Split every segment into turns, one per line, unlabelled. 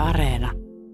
Areena.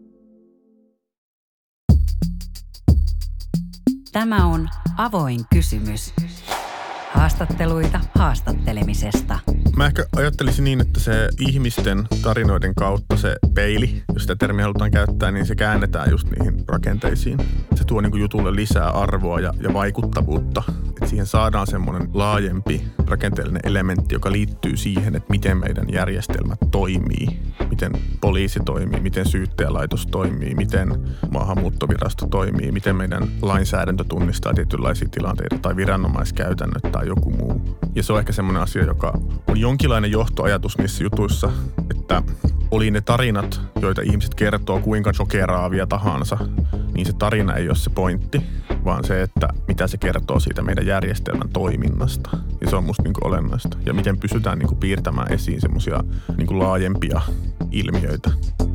Tämä on Avoin kysymys. Haastatteluita haastattelemisesta.
Mä ehkä ajattelisin niin, että se ihmisten tarinoiden kautta se peili, jos sitä termiä halutaan käyttää, niin se käännetään just niihin rakenteisiin. Se tuo niin kuin jutulle lisää arvoa ja vaikuttavuutta. Että siihen saadaan semmoinen laajempi rakenteellinen elementti, joka liittyy siihen, että miten meidän järjestelmät toimii. Miten poliisi toimii, miten syyttäjälaitos toimii, miten maahanmuuttovirasto toimii, miten meidän lainsäädäntö tunnistaa tietynlaisia tilanteita tai viranomaiskäytännöt tai joku muu. Ja se on ehkä semmoinen asia, joka on jonkinlainen johtoajatus niissä jutuissa, että oli ne tarinat, joita ihmiset kertoo kuinka shokeraavia tahansa, niin se tarina ei ole se pointti, vaan se, että mitä se kertoo siitä meidän järjestelmän toiminnasta. Ja se on musta niinku olennaista. Ja miten pystytään niinku piirtämään esiin semmoisia niinku laajempia ilmiöitä.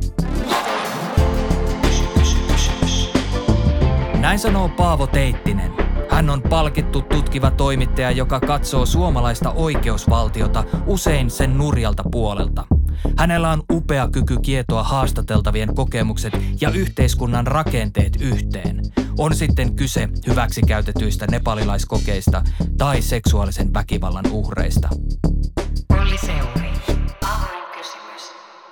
Näin sanoo Paavo Teittinen. Hän on palkittu tutkiva toimittaja, joka katsoo suomalaista oikeusvaltiota usein sen nurjalta puolelta. Hänellä on upea kyky kietoa haastateltavien kokemukset ja yhteiskunnan rakenteet yhteen. On sitten kyse hyväksikäytetyistä nepalilaiskokeista tai seksuaalisen väkivallan uhreista.
Olli Seuri. Avoin kysymys.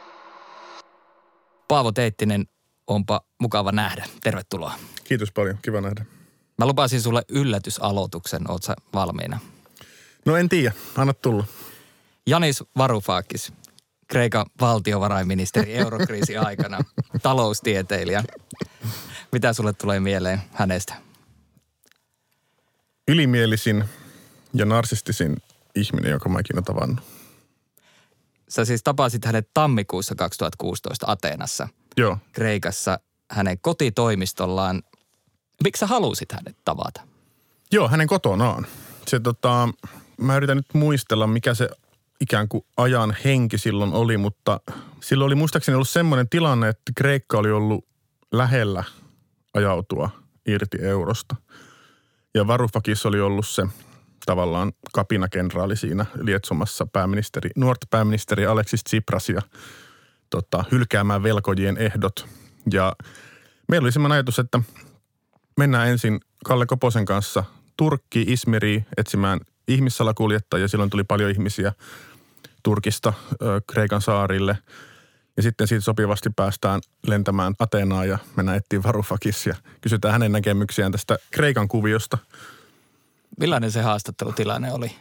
Paavo Teittinen, onpa mukava nähdä. Tervetuloa.
Kiitos paljon, kiva nähdä.
Mä lupasin sulle yllätysaloituksen. Oot sä valmiina?
No en tiedä, anna tulla.
Yanis Varoufakis, Kreikan valtiovarainministeri eurokriisin aikana, taloustieteilijä. Mitä sulle tulee mieleen hänestä?
Ylimielisin ja narsistisin ihminen, jonka mä ikinä tavannut.
Sä siis tapasit hänet tammikuussa 2016 Ateenassa.
Joo.
Kreikassa hänen kotitoimistollaan. Miksi sä halusit hänet tavata?
Joo, hänen kotonaan. Mä yritän nyt muistella, mikä se ikään kuin ajan henki silloin oli, mutta silloin oli muistaakseni ollut semmoinen tilanne, että Kreikka oli ollut lähellä ajautua irti eurosta. Ja Varoufakis oli ollut se tavallaan kapinakenraali siinä lietsomassa nuorta pääministeri Alexis Tsiprasia hylkäämään velkojien ehdot. Ja meillä oli semmoinen ajatus, että mennään ensin Kalle Koposen kanssa Turkkiin, Izmiriin etsimään ihmissalakuljettajia. Silloin tuli paljon ihmisiä Turkista Kreikan saarille. Ja sitten siitä sopivasti päästään lentämään Ateenaan ja mennään etsiä Varoufakis ja kysytään hänen näkemyksiään tästä Kreikan kuviosta.
Millainen se haastattelutilanne oli?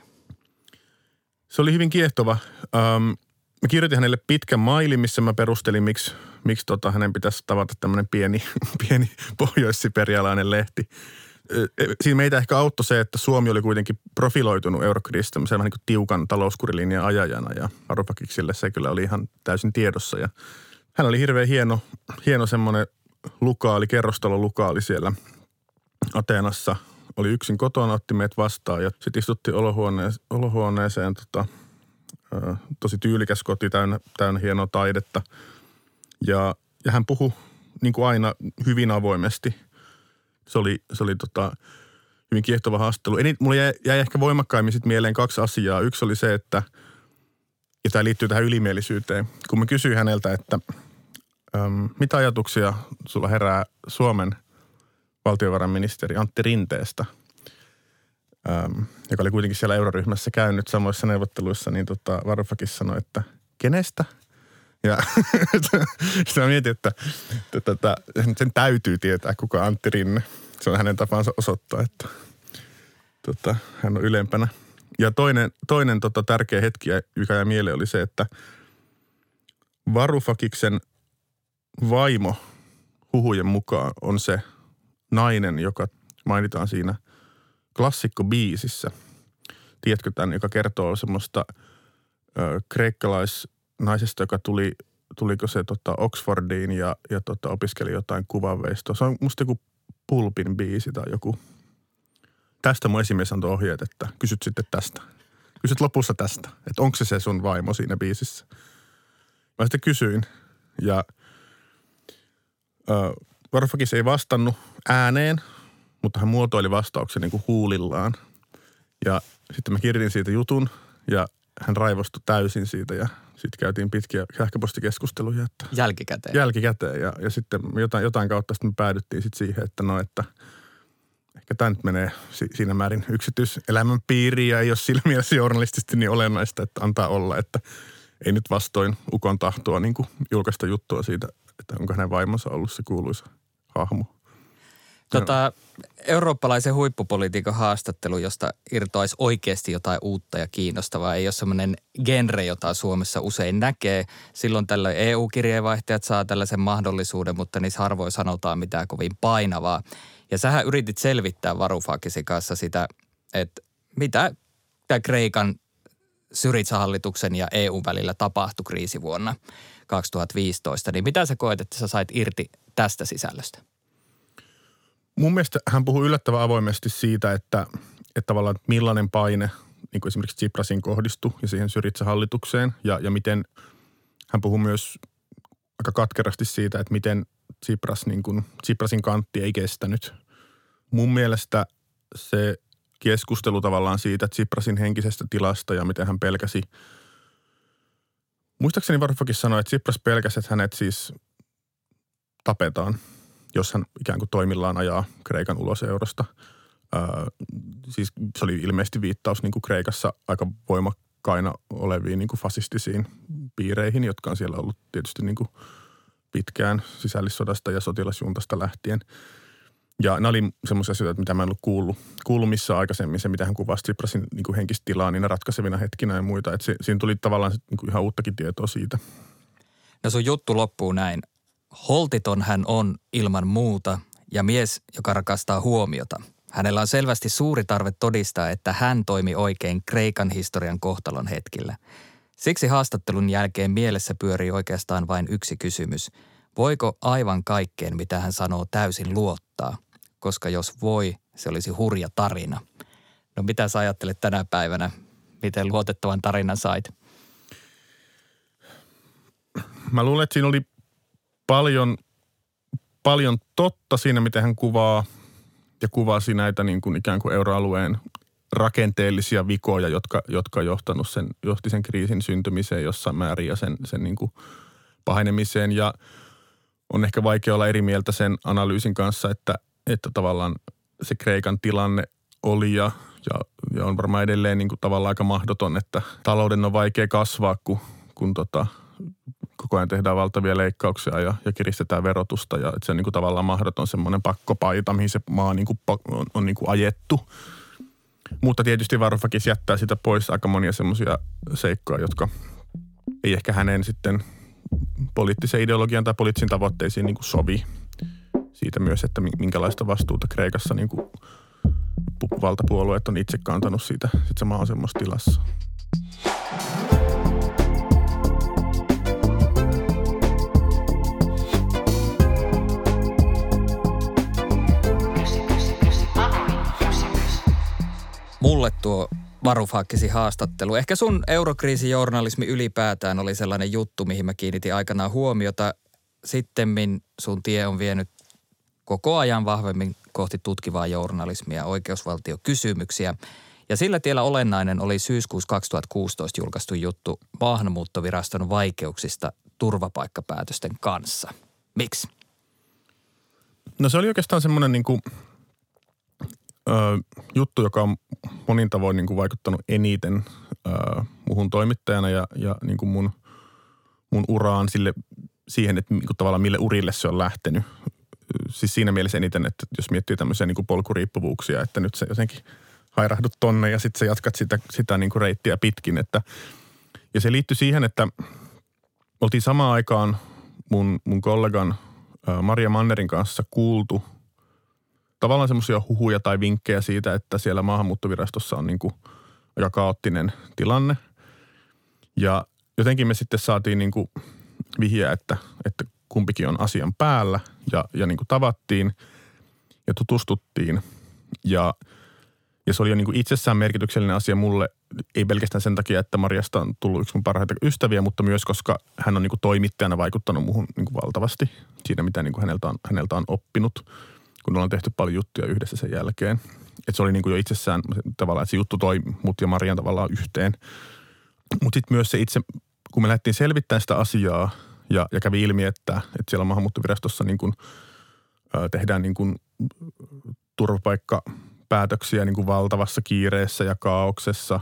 Se oli hyvin kiehtova. Mä kirjoitin hänelle pitkän mailin, missä mä perustelin, miksi hänen pitäisi tavata tämmöinen pieni pohjois-siperialainen lehti. Siinä meitä ehkä auttoi se, että Suomi oli kuitenkin profiloitunut eurokriisistä tämmöisen vähän niin kuin tiukan talouskurilinjan ajajana ja Varoufakiksille se kyllä oli ihan täysin tiedossa. Ja hän oli hirveän hieno semmoinen kerrostalolukaali siellä Ateenassa. Oli yksin kotona, otti meidät vastaan ja sitten istuttiin olohuoneeseen tosi tyylikäs koti, täynnä hienoa taidetta. Ja hän puhui niin kuin aina hyvin avoimesti. Se oli hyvin kiehtova haastattelu. Mulle jäi ehkä voimakkaimmin sit mieleen kaksi asiaa. Yksi oli se, että, ja tämä liittyy tähän ylimielisyyteen. Kun mä kysyin häneltä, että mitä ajatuksia sulla herää Suomen valtiovarainministeri Antti Rinteestä, joka oli kuitenkin siellä euroryhmässä käynyt samoissa neuvotteluissa, niin Varoufakis sanoi, että kenestä? Ja sitä mietin, että sen täytyy tietää, kuka Antti Rinne. Se on hänen tapansa osoittaa, että hän on ylempänä. Ja toinen tärkeä hetki, joka jäi mieleen, oli se, että Varoufakiksen vaimo huhujen mukaan on se nainen, joka mainitaan siinä klassikkobiisissä. Tiedätkö tämän, joka kertoo semmoista kreikkalaisnaisesta, joka tuliko se Oxfordiin ja opiskeli jotain kuvanveistoa. Se on musta joku Pulpin biisi tai joku. Tästä mun esimies antoi ohjeet, että kysyt sitten tästä. Kysyt lopussa tästä, että onko se sun vaimo siinä biisissä. Mä sitten kysyin ja Varoufakis ei vastannut ääneen, mutta hän muotoili vastauksen niin kuin huulillaan. Ja sitten mä kirjoitin siitä jutun ja hän raivostui täysin siitä ja sitten käytiin pitkiä sähköpostikeskusteluja. Että jälkikäteen ja sitten jotain kautta sitten me päädyttiin sitten siihen, että että ehkä tämä nyt menee siinä määrin yksityiselämän piiriin ja ei ole sillä mielessä journalistisesti niin olennaista, että antaa olla, että ei nyt vastoin ukon tahtoa niin kuin julkaista juttua siitä, että onko hänen vaimonsa ollut se kuuluisa hahmo.
Eurooppalaisen huippupolitiikan haastattelu, josta irtoaisi oikeasti jotain uutta ja kiinnostavaa, ei ole semmoinen genre, jota Suomessa usein näkee. Silloin tällöin EU-kirjeenvaihtajat saa tällaisen mahdollisuuden, mutta niissä harvoin sanotaan mitään kovin painavaa. Ja sähän yritit selvittää Varoufakisen kanssa sitä, että mitä Kreikan Syriza-hallituksen ja EU välillä tapahtui kriisivuonna 2015. Niin mitä sä koet, että sä sait irti tästä sisällöstä?
Mun mielestä hän puhui yllättävän avoimesti siitä, että tavallaan millainen paine niin kuin esimerkiksi Tsiprasin kohdistui ja siihen Syriza-hallitukseen ja miten hän puhui myös aika katkerasti siitä, että miten Tsiprasin kantti ei kestänyt. Mun mielestä se keskustelu tavallaan siitä Tsiprasin henkisestä tilasta ja miten hän pelkäsi. Muistaakseni Varoufakis sanoi, että Tsipras pelkäsi, että hänet siis tapetaan, jos hän ikään kuin toimillaan ajaa Kreikan ulos eurosta. Siis se oli ilmeisesti viittaus niin kuin Kreikassa aika voimakkaina oleviin niin kuin fasistisiin piireihin, jotka on siellä ollut tietysti niin kuin pitkään sisällissodasta ja sotilasjuntasta lähtien. Ja nämä oli semmoisia asioita, mitä mä en ollut kuullut missään aikaisemmin, se mitä hän kuvasi Tsiprasin niin kuin henkistä tilaa niinä ratkaisevina hetkinä ja muita. Että siinä tuli tavallaan niin kuin ihan uuttakin tietoa siitä.
No sun juttu loppuu näin. Holtiton hän on ilman muuta ja mies, joka rakastaa huomiota. Hänellä on selvästi suuri tarve todistaa, että hän toimi oikein Kreikan historian kohtalon hetkillä. Siksi haastattelun jälkeen mielessä pyörii oikeastaan vain yksi kysymys. Voiko aivan kaikkeen, mitä hän sanoo, täysin luottaa? Koska jos voi, se olisi hurja tarina. No mitä sä ajattelet tänä päivänä? Miten luotettavan tarinan sait?
Mä luulen, että siinä oli paljon totta siinä, miten hän kuvasi näitä niin kuin ikään kuin euroalueen rakenteellisia vikoja, jotka johti sen kriisin syntymiseen jossain määrin ja sen niin kuin pahenemiseen. Ja on ehkä vaikea olla eri mieltä sen analyysin kanssa, että tavallaan se Kreikan tilanne oli ja on varmaan edelleen niin kuin tavallaan aika mahdoton, että talouden on vaikea kasvaa, kun koko ajan tehdään valtavia leikkauksia ja kiristetään verotusta ja että se on niin kuin tavallaan mahdoton semmoinen pakkopaita, mihin se maa niin kuin on niin kuin ajettu. Mutta tietysti Varoufakis jättää sitä pois aika monia semmoisia seikkoja, jotka ei ehkä hänen sitten poliittisen ideologian tai poliittisiin tavoitteisiin niin kuin sovi. Siitä myös, että minkälaista vastuuta Kreikassa niin kuin valtapuolueet on itse kantanut siitä, että se maa on semmoista tilassa.
Mulle tuo Varoufakisin haastattelu. Ehkä sun eurokriisijournalismi ylipäätään oli sellainen juttu, mihin mä kiinnitin aikanaan huomiota. Sittemmin sun tie on vienyt koko ajan vahvemmin kohti tutkivaa journalismia, oikeusvaltiokysymyksiä. Ja sillä tiellä olennainen oli syyskuussa 2016 julkaistu juttu Maahanmuuttoviraston vaikeuksista turvapaikkapäätösten kanssa. Miksi?
No se oli oikeastaan semmoinen niin kuin juttu, joka on monin tavoin niin kuin vaikuttanut eniten muhun toimittajana ja niin kuin mun uraan siihen, että niin kuin tavallaan mille urille se on lähtenyt. Siis siinä mielessä eniten, että jos miettii tämmöisiä niin kuin polkuriippuvuuksia, että nyt se jotenkin hairahdut tonne ja sitten sä jatkat sitä niin kuin reittiä pitkin. Ja se liittyi siihen, että oltiin samaan aikaan mun kollegan Maria Mannerin kanssa kuultu tavallaan semmoisia huhuja tai vinkkejä siitä, että siellä maahanmuuttovirastossa on niin kuin aika kaoottinen tilanne. Ja jotenkin me sitten saatiin niin kuin vihjeä, että kumpikin on asian päällä ja niin kuin tavattiin ja tutustuttiin. Ja se oli jo niin kuin itsessään merkityksellinen asia mulle, ei pelkästään sen takia, että Mariasta on tullut yksi mun parhaita ystäviä, mutta myös koska hän on niin kuin toimittajana vaikuttanut muhun niin kuin valtavasti siinä, mitä niin kuin häneltä on oppinut, kun ollaan tehty paljon juttuja yhdessä sen jälkeen. Että se oli niin kuin jo itsessään tavallaan, että se juttu toi mut ja Marian tavallaan yhteen. Mutta sitten myös se itse, kun me lähdettiin selvittämään sitä asiaa ja kävi ilmi, että siellä maahanmuuttovirastossa niin kun, tehdään niin kun turvapaikkapäätöksiä niin kun valtavassa kiireessä ja kaauksessa.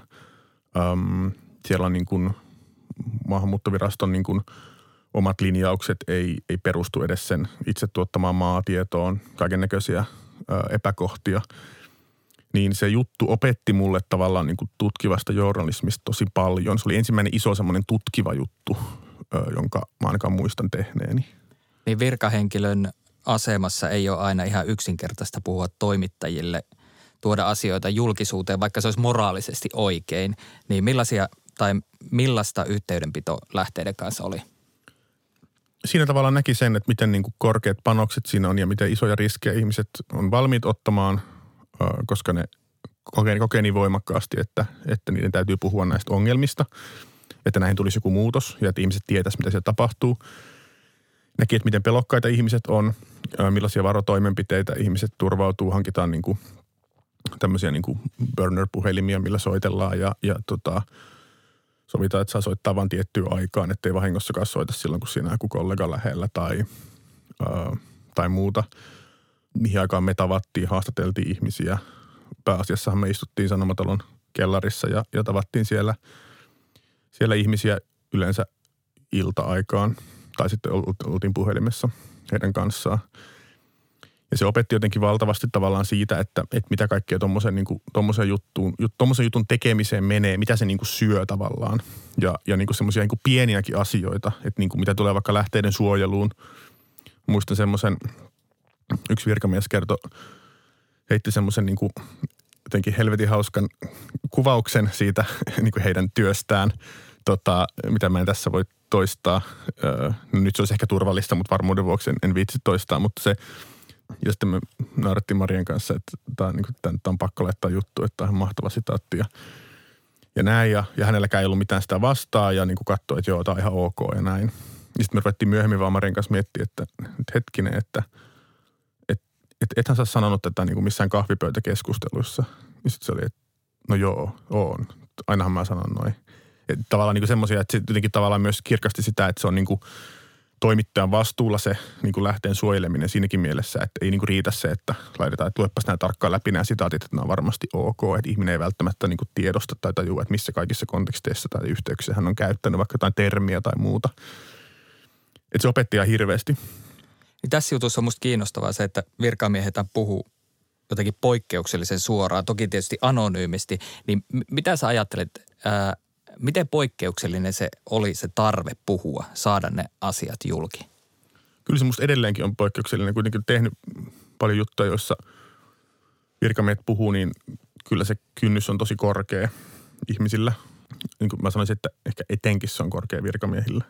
Siellä on niin kun maahanmuuttoviraston niin kun omat linjaukset ei perustu edes sen itse tuottamaan maatietoon, kaikennäköisiä epäkohtia. Niin se juttu opetti mulle tavallaan niin kuin tutkivasta journalismista tosi paljon. Se oli ensimmäinen iso semmoinen tutkiva juttu, jonka mä ainakaan muistan tehneeni.
Niin virkahenkilön asemassa ei ole aina ihan yksinkertaista puhua toimittajille, tuoda asioita julkisuuteen, vaikka se olisi moraalisesti oikein. Niin millaista yhteydenpitolähteiden kanssa oli?
Siinä tavallaan näki sen, että miten niin kuin korkeat panokset siinä on ja miten isoja riskejä ihmiset on valmiit ottamaan, koska ne kokee niin voimakkaasti, että niiden täytyy puhua näistä ongelmista, että näihin tulisi joku muutos ja että ihmiset tietäisi, mitä siellä tapahtuu. Näki, että miten pelokkaita ihmiset on, millaisia varotoimenpiteitä ihmiset turvautuu, hankitaan niin kuin tämmöisiä niin kuin burner-puhelimia, millä soitellaan ja sovitaan, että saa soittaa vain tiettyyn aikaan, ettei vahingossakaan soita silloin, kun siinä on joku kollega lähellä tai muuta. Mihin aikaan me tavattiin, haastateltiin ihmisiä. Pääasiassahan me istuttiin Sanomatalon kellarissa ja tavattiin siellä ihmisiä yleensä ilta-aikaan. Tai sitten oltiin puhelimessa heidän kanssaan. Ja se opetti jotenkin valtavasti tavallaan siitä, että mitä kaikkea tommosen jutun tekemiseen menee, mitä se niinku syö tavallaan. Ja niinku semmoisia niinku pieniäkin asioita, että niinku mitä tulee vaikka lähteiden suojeluun. Muistan semmoisen, yksi virkamies heitti semmoisen niinku jotenkin helvetin hauskan kuvauksen siitä niinku heidän työstään, mitä mä en tässä voi toistaa. Nyt se olisi ehkä turvallista, mutta varmuuden vuoksi en viitsi toistaa, mutta se. Ja sitten me naurettiin Marien kanssa, että tämä on pakko laittaa juttu, että tämä on mahtava sitaatti ja näin. Ja hänelläkään ei ollut mitään sitä vastaa ja niin kuin katsoi, että joo, tämä on ihan ok ja näin. Ja sitten me ruvettiin myöhemmin vaan Marien kanssa miettiä, että hetkinen, että ethän sä sanonut tätä niin kuin missään kahvipöytäkeskusteluissa. Ja sitten se oli, että no joo, oon. Ainahan mä sanon noin. Että tavallaan niin kuin semmoisia, että se jotenkin tavallaan myös kirkasti sitä, että se on niin kuin toimittajan vastuulla se niin kuin lähteen suojeleminen siinäkin mielessä, että ei niin kuin riitä se, että laitetaan, että luepas nämä tarkkaan läpi nämä sitaatit, että nämä on varmasti ok, että ihminen ei välttämättä niin kuin tiedosta tai tajua, että missä kaikissa konteksteissa tai yhteyksissä hän on käyttänyt vaikka jotain termiä tai muuta. Että se opetti ihan hirveästi.
Niin tässä jutussa on musta kiinnostavaa se, että virkamiehet puhuu jotenkin poikkeuksellisen suoraan, toki tietysti anonyymisti, niin mitä sä ajattelet, miten poikkeuksellinen se oli se tarve puhua, saada ne asiat julki?
Kyllä se musta edelleenkin on poikkeuksellinen. Kuitenkin tehnyt paljon juttuja, joissa virkamiehet puhuu, niin kyllä se kynnys on tosi korkea ihmisillä. Niin kuin mä sanoisin, että ehkä etenkin se on korkea virkamiehillä.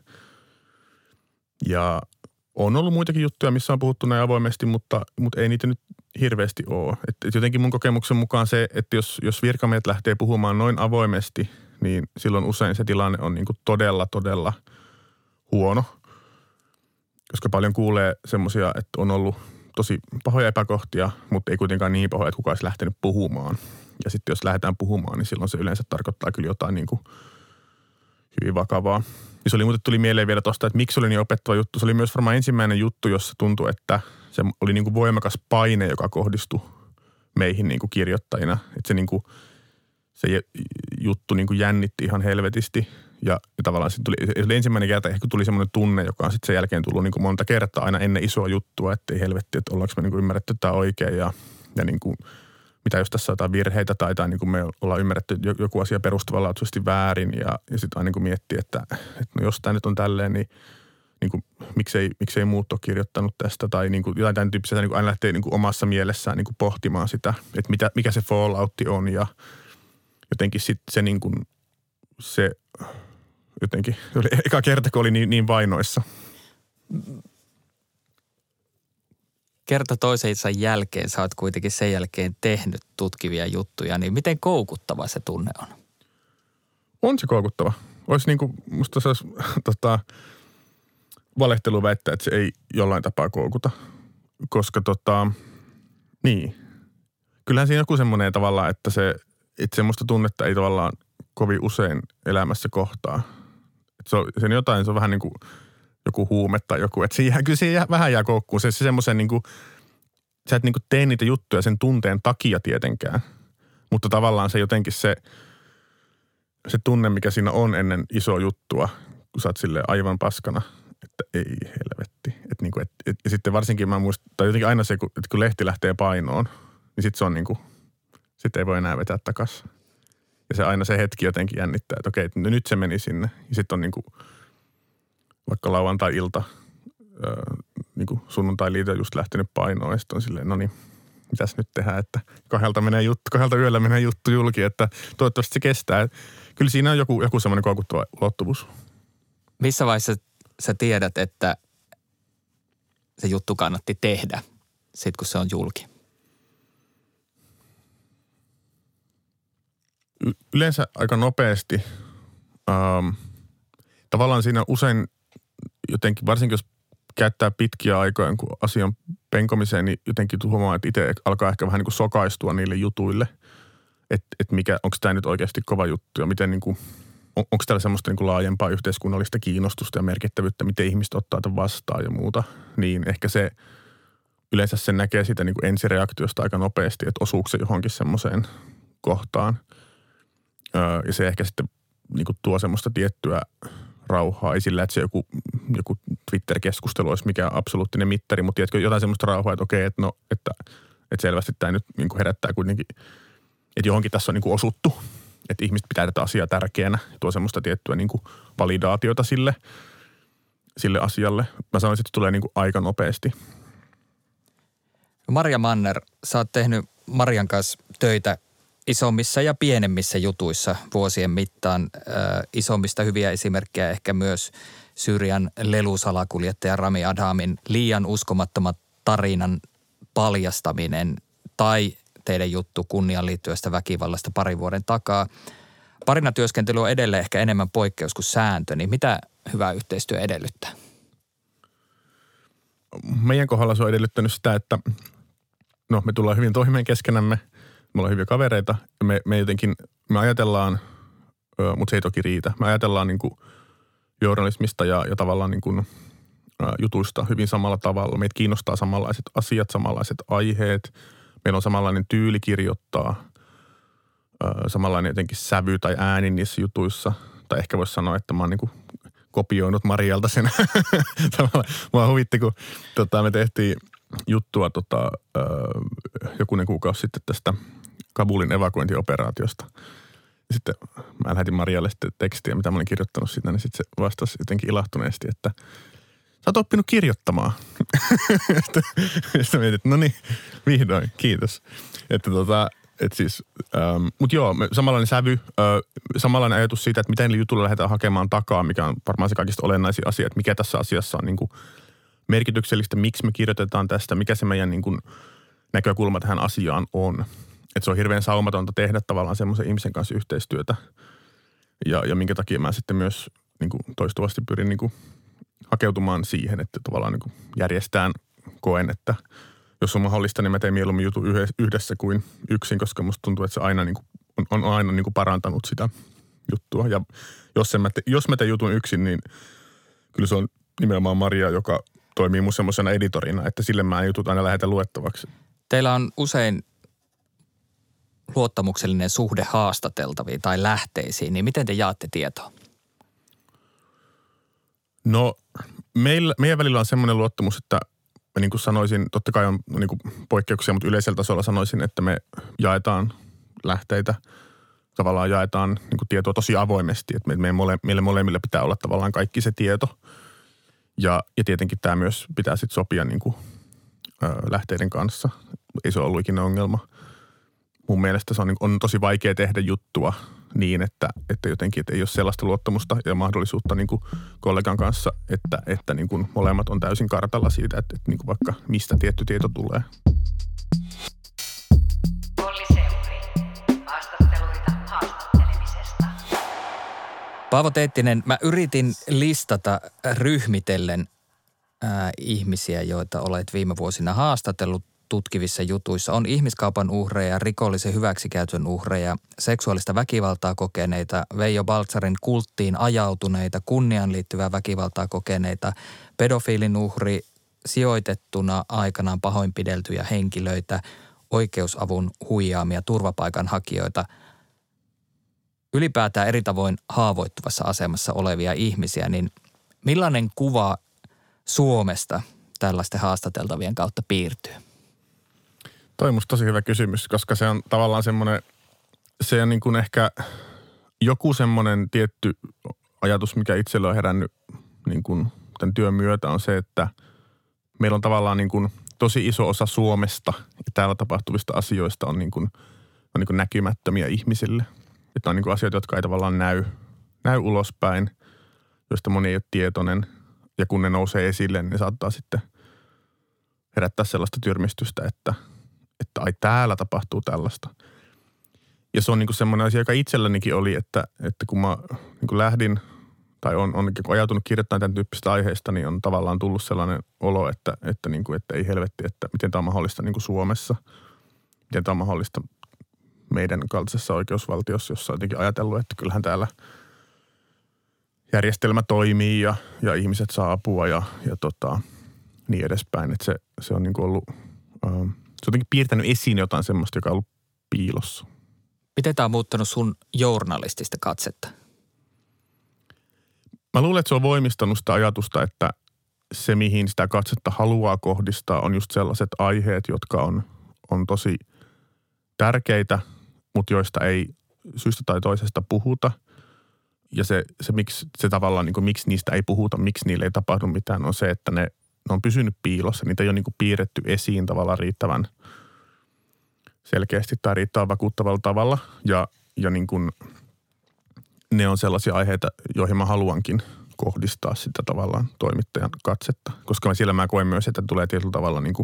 Ja on ollut muitakin juttuja, missä on puhuttu näin avoimesti, mutta ei niitä nyt hirveästi ole. Et jotenkin mun kokemuksen mukaan se, että jos virkamiehet lähtee puhumaan noin avoimesti, niin silloin usein se tilanne on niin kuin todella, todella huono. Koska paljon kuulee semmoisia, että on ollut tosi pahoja epäkohtia, mutta ei kuitenkaan niin pahoja, että kukaan olisi lähtenyt puhumaan. Ja sitten jos lähdetään puhumaan, niin silloin se yleensä tarkoittaa kyllä jotain niin kuin hyvin vakavaa. Ja se oli muuten tuli mieleen vielä tuosta, että miksi se oli niin opettava juttu. Se oli myös varmaan ensimmäinen juttu, jossa tuntui, että se oli niin kuin voimakas paine, joka kohdistui meihin niin kuin kirjoittajina. Että se, niin kuin, se juttu niin kuin jännitti ihan helvetisti. Ja tavallaan se oli ensimmäinen kerta, ehkä tuli semmoinen tunne, joka on sitten sen jälkeen tullut niin kuin monta kertaa aina ennen isoa juttua, että ei helvetti, että ollaanko me niin kuin ymmärretty tämä oikein ja niin kuin mitä jos tässä on jotain virheitä tai niin kuin me ollaan ymmärretty joku asia perustavanlaatuisesti väärin ja sitten aina niin kuin miettii, että no jos tämä nyt on tälleen, niin kuin, miksei muut ole kirjoittanut tästä tai niin kuin jotain tämän tyyppisiä, niin kuin aina lähtee niin kuin omassa mielessään niin kuin pohtimaan sitä, että mikä se falloutti on ja jotenkin sitten se niin kuin se jotenkin, se oli eka kerta, kun oli niin vainoissa.
Kerta toisensa jälkeen sä oot kuitenkin sen jälkeen tehnyt tutkivia juttuja, niin miten koukuttava se tunne on?
On se koukuttava. Olisi niin kuin, musta se olisi valehtelu väittää, että se ei jollain tapaa koukuta. Koska niin. Kyllähän siinä joku semmoinen tavallaan, että semmoista tunnetta ei tavallaan kovin usein elämässä kohtaa. Se on vähän niin kuin joku huume tai joku, että kyllä se vähän jää koukkuun. Se semmoisen niin kuin, sä et niin kuin tee niitä juttuja sen tunteen takia tietenkään, mutta tavallaan se jotenkin se tunne, mikä siinä on ennen isoa juttua, kun sä oot silleen aivan paskana, että ei helvetti. Että niin kuin, ja sitten varsinkin mä muistan, tai jotenkin aina se, että kun lehti lähtee painoon, niin sitten se on niin kuin, sitten ei voi enää vetää takaisin. Ja se aina se hetki jotenkin jännittää, että okei, että nyt se meni sinne. Ja sitten on niin kuin, vaikka lauantai-ilta, niin kuin sunnuntai-liito just lähtenyt painoon, ja sitten on silleen, no niin, mitäs nyt tehdään, että kahdelta yöllä menee juttu julki, että toivottavasti se kestää. Kyllä siinä on joku semmoinen koukuttava ulottuvuus.
Missä vaiheessa sä tiedät, että se juttu kannatti tehdä, sit kun se on julki?
Yleensä aika nopeasti. Tavallaan siinä usein jotenkin, varsinkin jos käyttää pitkiä aikoja kun asian penkomiseen, niin jotenkin huomaa, että itse alkaa ehkä vähän niin kuin sokaistua niille jutuille. Että onko tämä nyt oikeasti kova juttu ja miten niin kuin, onko täällä semmoista niin kuin laajempaa yhteiskunnallista kiinnostusta ja merkittävyyttä, miten ihmiset ottaa tämän vastaan ja muuta. Niin ehkä se, yleensä sen näkee siitä niin kuin ensireaktiosta aika nopeasti, että osuuko se johonkin semmoiseen kohtaan. Ja se ehkä sitten niin kuin tuo semmoista tiettyä rauhaa. Ei sillä, että se joku Twitter-keskustelu olisi mikään absoluuttinen mittari, mutta tiedätkö jotain semmoista rauhaa, että okei, että selvästi tämä nyt niin kuin herättää kuitenkin, että johonkin tässä on niin kuin osuttu, että ihmiset pitää tätä asiaa tärkeänä. Tuo semmoista tiettyä niin kuin validaatiota sille asialle. Mä sanoisin, että se tulee niin kuin aika nopeasti.
Marja Manner, sä oot tehnyt Marjan kanssa töitä isommissa ja pienemmissä jutuissa vuosien mittaan. Isommista hyviä esimerkkejä ehkä myös Syyrian lelusalakuljettaja Rami Adhamin liian uskomattoman tarinan paljastaminen tai teidän juttu kunnian liittyvästä väkivallasta parin vuoden takaa. Parinatyöskentely on edelleen ehkä enemmän poikkeus kuin sääntö, niin mitä hyvä yhteistyö edellyttää?
Meidän kohdalla se on edellyttänyt sitä, että me tullaan hyvin toimeen keskenämme. Me ollaan hyviä kavereita. Me ajatellaan, mutta se ei toki riitä. Me ajatellaan niin kuin journalismista ja tavallaan niin kuin jutuista hyvin samalla tavalla. Meitä kiinnostaa samanlaiset asiat, samanlaiset aiheet. Meillä on samanlainen tyyli kirjoittaa, samanlainen jotenkin sävy tai ääni niissä jutuissa. Tai ehkä voisi sanoa, että mä oon niin kuin kopioinut Marialta sen. Mua huvitti, kun me tehtiin juttua jokunen kuukausi sitten tästä Kabulin evakuointioperaatiosta. Ja sitten mä lähetin Marialle sitten tekstiä, mitä mä olin kirjoittanut sitä, niin sitten se vastasi jotenkin ilahtuneesti, että sä oot oppinut kirjoittamaan. Sitten mietin, että no niin, vihdoin, kiitos. Että siis, mutta joo, samanlainen sävy, samanlainen ajatus siitä, että miten jutulle lähdetään hakemaan takaa, mikä on varmaan se kaikista olennaisin asia, että mikä tässä asiassa on niin kuin merkityksellistä, miksi me kirjoitetaan tästä, mikä se meidän niin kuin näkökulma tähän asiaan on. Että se on hirveän saumatonta tehdä tavallaan semmoisen ihmisen kanssa yhteistyötä. Ja minkä takia mä sitten myös niin kuin toistuvasti pyrin niin kuin hakeutumaan siihen, että tavallaan niin kuin järjestään koen, että jos on mahdollista, niin mä teen mieluummin jutun yhdessä kuin yksin, koska musta tuntuu, että se aina niin kuin on aina niin kuin parantanut sitä juttua. Ja jos mä teen jutun yksin, niin kyllä se on nimenomaan Maria, joka toimii mun semmoisena editorina, että sille mä jutut aina lähetän luettavaksi.
Teillä on usein luottamuksellinen suhde haastateltaviin tai lähteisiin, niin miten te jaatte tietoa? No, meidän välillä on semmoinen luottamus, että mä niin kuin sanoisin, totta kai on niin kuin poikkeuksia, mutta yleisellä tasolla sanoisin, että me jaetaan lähteitä, tavallaan jaetaan niin kuin tietoa tosi avoimesti, että meille molemmille pitää olla tavallaan kaikki se tieto. Ja tietenkin tämä myös pitää sitten sopia niin kuin lähteiden kanssa. Ei se ollut ikinä ongelma. Mun mielestä se on tosi vaikea tehdä juttua niin, että jotenkin että ei ole sellaista luottamusta ja mahdollisuutta niin kuin kollegan kanssa, että niin kuin molemmat on täysin kartalla siitä, että niin kuin vaikka mistä tietty tieto tulee. Paavo Teittinen, mä yritin listata ryhmitellen ihmisiä, joita olet viime vuosina haastatellut. tutkivissa jutuissa on ihmiskaupan uhreja, rikollisen hyväksikäytön uhreja, seksuaalista väkivaltaa kokeneita, Veijo Baltzarin kulttiin ajautuneita, kunniaan liittyvää väkivaltaa kokeneita, pedofiilin uhri, sijoitettuna aikanaan pahoinpideltyjä henkilöitä, oikeusavun huijaamia turvapaikanhakijoita, ylipäätään eri tavoin haavoittuvassa asemassa olevia ihmisiä, niin millainen kuva Suomesta tällaisten haastateltavien kautta piirtyy?
Toi on musta tosi hyvä kysymys, koska se on tavallaan semmoinen, se on niin kuin ehkä joku semmoinen tietty ajatus, mikä itselle on herännyt niin kuin tämän työn myötä on se, että meillä on tavallaan niin kuin tosi iso osa Suomesta ja täällä tapahtuvista asioista on niin kuin näkymättömiä ihmisille. Että on niin kuin asioita, jotka ei tavallaan näy ulospäin, joista moni ei ole tietoinen. Ja kun ne nousee esille, niin ne saattaa sitten herättää sellaista tyrmistystä, että ai täällä tapahtuu tällaista. Ja se on niin kuin semmoinen asia, joka itsellänikin oli, että kun mä niin kuin lähdin tai on ajatunut kirjoittamaan tämän tyyppistä aiheista, niin on tavallaan tullut sellainen olo, että ei helvetti, että miten tämä on mahdollista niin kuin Suomessa. Miten tämä on mahdollista meidän kaltaisessa oikeusvaltiossa, jossa on jotenkin ajatellut, että kyllähän täällä järjestelmä toimii ja ihmiset saa apua ja niin edespäin. Että se on niin kuin ollut, se on jotenkin piirtänyt esiin jotain semmoista, joka on ollut piilossa.
Miten tämä on muuttanut sun journalistista katsetta?
Mä luulen, että se on voimistanut sitä ajatusta, että se mihin sitä katsetta haluaa kohdistaa on just sellaiset aiheet, jotka on tosi tärkeitä, mutta joista ei syystä tai toisesta puhuta. Ja se miksi se tavallaan, niin kuin, miksi niistä ei puhuta, miksi niille ei tapahdu mitään, on se, että ne on pysynyt piilossa. Niitä ei ole niin kuin piirretty esiin tavallaan riittävän selkeästi tai riittävän vakuuttavalla tavalla. Ja niin kuin ne on sellaisia aiheita, joihin mä haluankin kohdistaa sitä tavallaan toimittajan katsetta. Koska siellä mä koen myös, että tulee tietyllä tavalla niin kuin,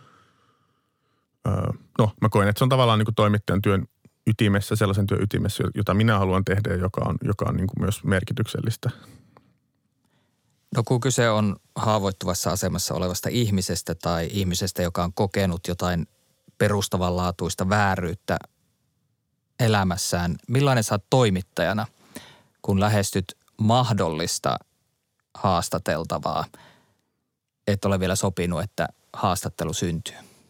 mä koen, että se on tavallaan niin kuin toimittajan työn ytimessä, sellaisen työn ytimessä, jota minä haluan tehdä ja joka on niin kuin myös merkityksellistä.
No kun kyse on haavoittuvassa asemassa olevasta ihmisestä tai ihmisestä, joka on kokenut jotain perustavanlaatuista vääryyttä elämässään, millainen sä oot toimittajana, kun lähestyt mahdollista haastateltavaa, et ole vielä sopinut, että haastattelu syntyy?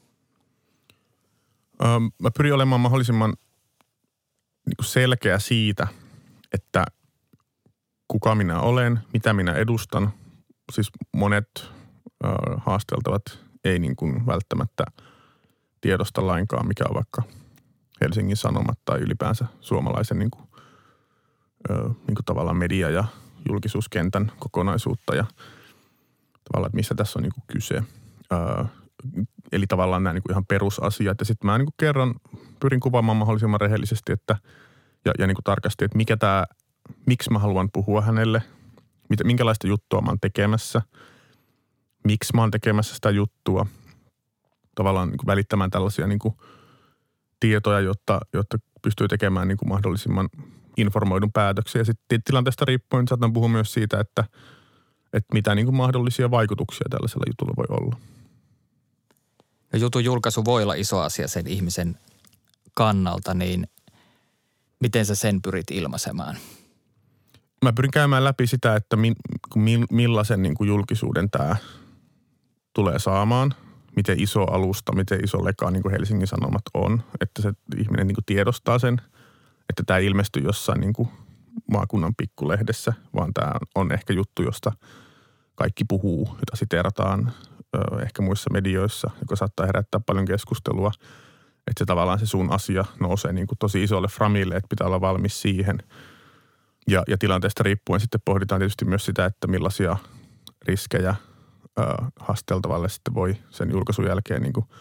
Mä pyrin olemaan mahdollisimman niin kuin selkeä siitä, että kuka minä olen, mitä minä edustan. Siis monet haasteltavat ei niin kuin välttämättä tiedosta lainkaan, mikä on vaikka Helsingin Sanomat tai ylipäänsä suomalaisen niin kuin tavallaan media- ja julkisuuskentän kokonaisuutta ja tavallaan, että missä tässä on niin kuin kyse. Eli tavallaan nämä niin kuin ihan perusasiat. Ja sitten mä niin kuin pyrin kuvaamaan mahdollisimman rehellisesti ja niin kuin tarkasti, että miksi mä haluan puhua hänelle, minkälaista juttua mä oon tekemässä, miksi mä oon tekemässä sitä juttua. Tavallaan niin kuin välittämään tällaisia niin kuin tietoja, jotta pystyy tekemään niin kuin mahdollisimman informoidun päätöksiä. Ja sitten tilanteesta riippuen saatan puhua myös siitä, että mitä niin kuin mahdollisia vaikutuksia tällaisella jutulla voi olla.
No jutun julkaisu voi olla iso asia sen ihmisen kannalta, niin miten sä sen pyrit ilmaisemaan?
Mä pyrin käymään läpi sitä, että millaisen niin kuin julkisuuden tämä tulee saamaan, miten iso alusta, miten iso leka niin kuin Helsingin Sanomat on, että se ihminen niin kuin tiedostaa sen, että tämä ei ilmesty jossain niin kuin maakunnan pikkulehdessä, vaan tämä on ehkä juttu, josta kaikki puhuu, jota siteerataan ehkä muissa medioissa, joka saattaa herättää paljon keskustelua, että se tavallaan se sun asia nousee niin kuin tosi isolle framille, että pitää olla valmis siihen. Ja tilanteesta riippuen sitten pohditaan tietysti myös sitä, että millaisia riskejä haasteltavalle sitten voi sen julkaisun jälkeen niin kuin,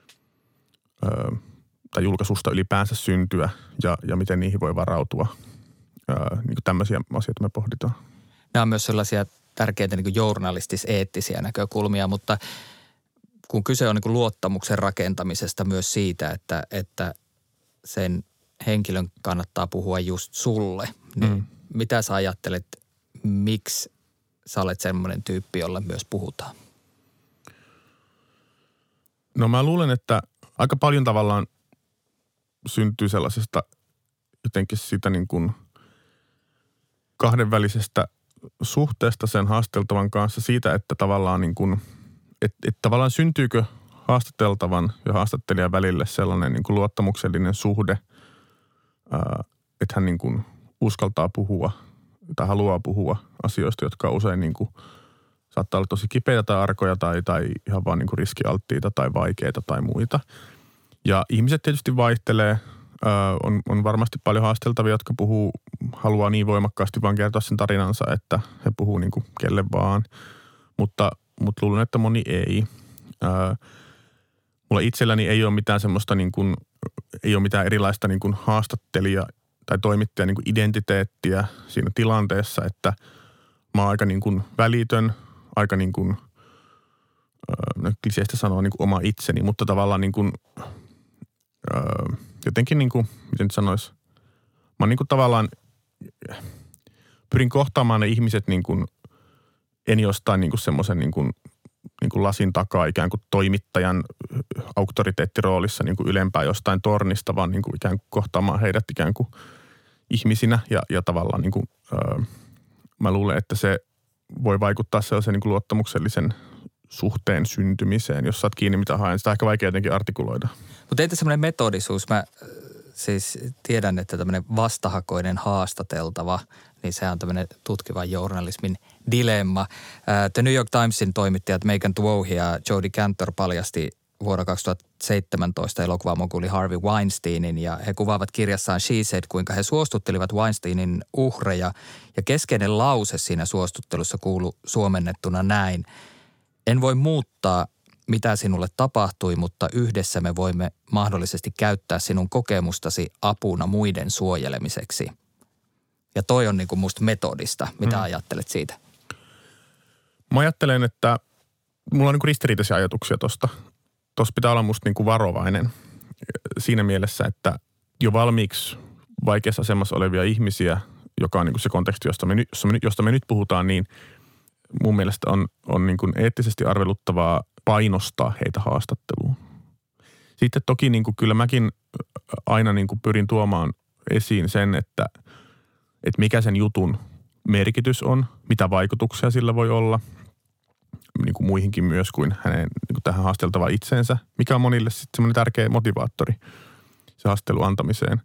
tai julkaisusta ylipäänsä syntyä ja miten niihin voi varautua. Niin kuin tämmöisiä asioita me pohditaan.
Nämä on myös sellaisia tärkeitä niin kuin journalistis-eettisiä näkökulmia, mutta kun kyse on niin kuin luottamuksen rakentamisesta myös siitä, että sen henkilön kannattaa puhua just sulle, niin mitä sä ajattelet, miksi sä olet semmoinen tyyppi, jolle myös puhutaan?
No mä luulen, että aika paljon tavallaan syntyy sellaisesta jotenkin siitä niin kuin kahdenvälisestä suhteesta sen haasteltavan kanssa siitä, että tavallaan niin kuin, että tavallaan syntyykö haastateltavan ja haastattelijan välille sellainen niin kuin luottamuksellinen suhde, että hän niin kuin uskaltaa puhua tai haluaa puhua asioista, jotka usein niin kuin saattaa olla tosi kipeitä tai arkoja tai ihan vaan niin kuin riskialttiita tai vaikeita tai muita. Ja ihmiset tietysti vaihtelee. On varmasti paljon haasteltavia, jotka haluaa niin voimakkaasti vaan kertoa sen tarinansa, että he puhuu niin kuin kelle vaan. Mutta luulen, että moni ei. Mulla itselläni ei ole mitään semmoista niin kuin, ei ole mitään erilaista niin kuin haastattelija tai toimittaja niin kuin identiteettiä siinä tilanteessa, että mä oon aika niin kuin välitön, aika niin kuin, kliseistä sanoa niin kuin oma itseni, mutta tavallaan niin kuin, jotenkin niin kuin, miten nyt sanoisi, mä oon niin kuin tavallaan, pyrin kohtaamaan ne ihmiset niin kuin, en jostain niin kuin semmoisen niin kuin lasin takaa ikään kuin toimittajan auktoriteettiroolissa niin kuin ylempää jostain tornista, vaan niin kuin ikään kuin kohtaamaan heidät ikään kuin ihmisinä ja tavallaan niin kuin, mä luulen, että se voi vaikuttaa sellaisen niin kuin luottamuksellisen suhteen syntymiseen, jos saat kiinni mitä haen. Sitä on ehkä vaikea jotenkin artikuloida.
Mutta entä semmoinen metodisuus? Mä siis tiedän, että tämmöinen vastahakoinen haastateltava, niin se on tämmöinen tutkivan journalismin dilemma. The New York Timesin toimittajat Megan Twohy ja Jodi Kantor paljasti vuonna 2017 elokuvamoguli Harvey Weinsteinin ja he kuvaavat kirjassaan She Said, kuinka he suostuttelivat Weinsteinin uhreja ja keskeinen lause siinä suostuttelussa kuului suomennettuna näin. En voi muuttaa, mitä sinulle tapahtui, mutta yhdessä me voimme mahdollisesti käyttää sinun kokemustasi apuna muiden suojelemiseksi. Ja toi on niin kuin musta metodista. Mitä ajattelet siitä?
Mä ajattelen, että mulla on niin kuin ristiriitaisia ajatuksia tosta. Tuossa pitää olla musta niin kuin varovainen siinä mielessä, että jo valmiiksi vaikeassa asemassa olevia ihmisiä, joka on niin kuin se konteksti, josta me nyt puhutaan, niin mun mielestä on niin kuin eettisesti arveluttavaa painostaa heitä haastatteluun. Sitten toki niin kuin kyllä mäkin aina niin kuin pyrin tuomaan esiin sen, että mikä sen jutun merkitys on, mitä vaikutuksia sillä voi olla, niin kuin muihinkin myös kuin hänen niin kuin tähän haasteltavaan itseensä, mikä on monille sitten semmoinen tärkeä motivaattori se haastelun antamiseen.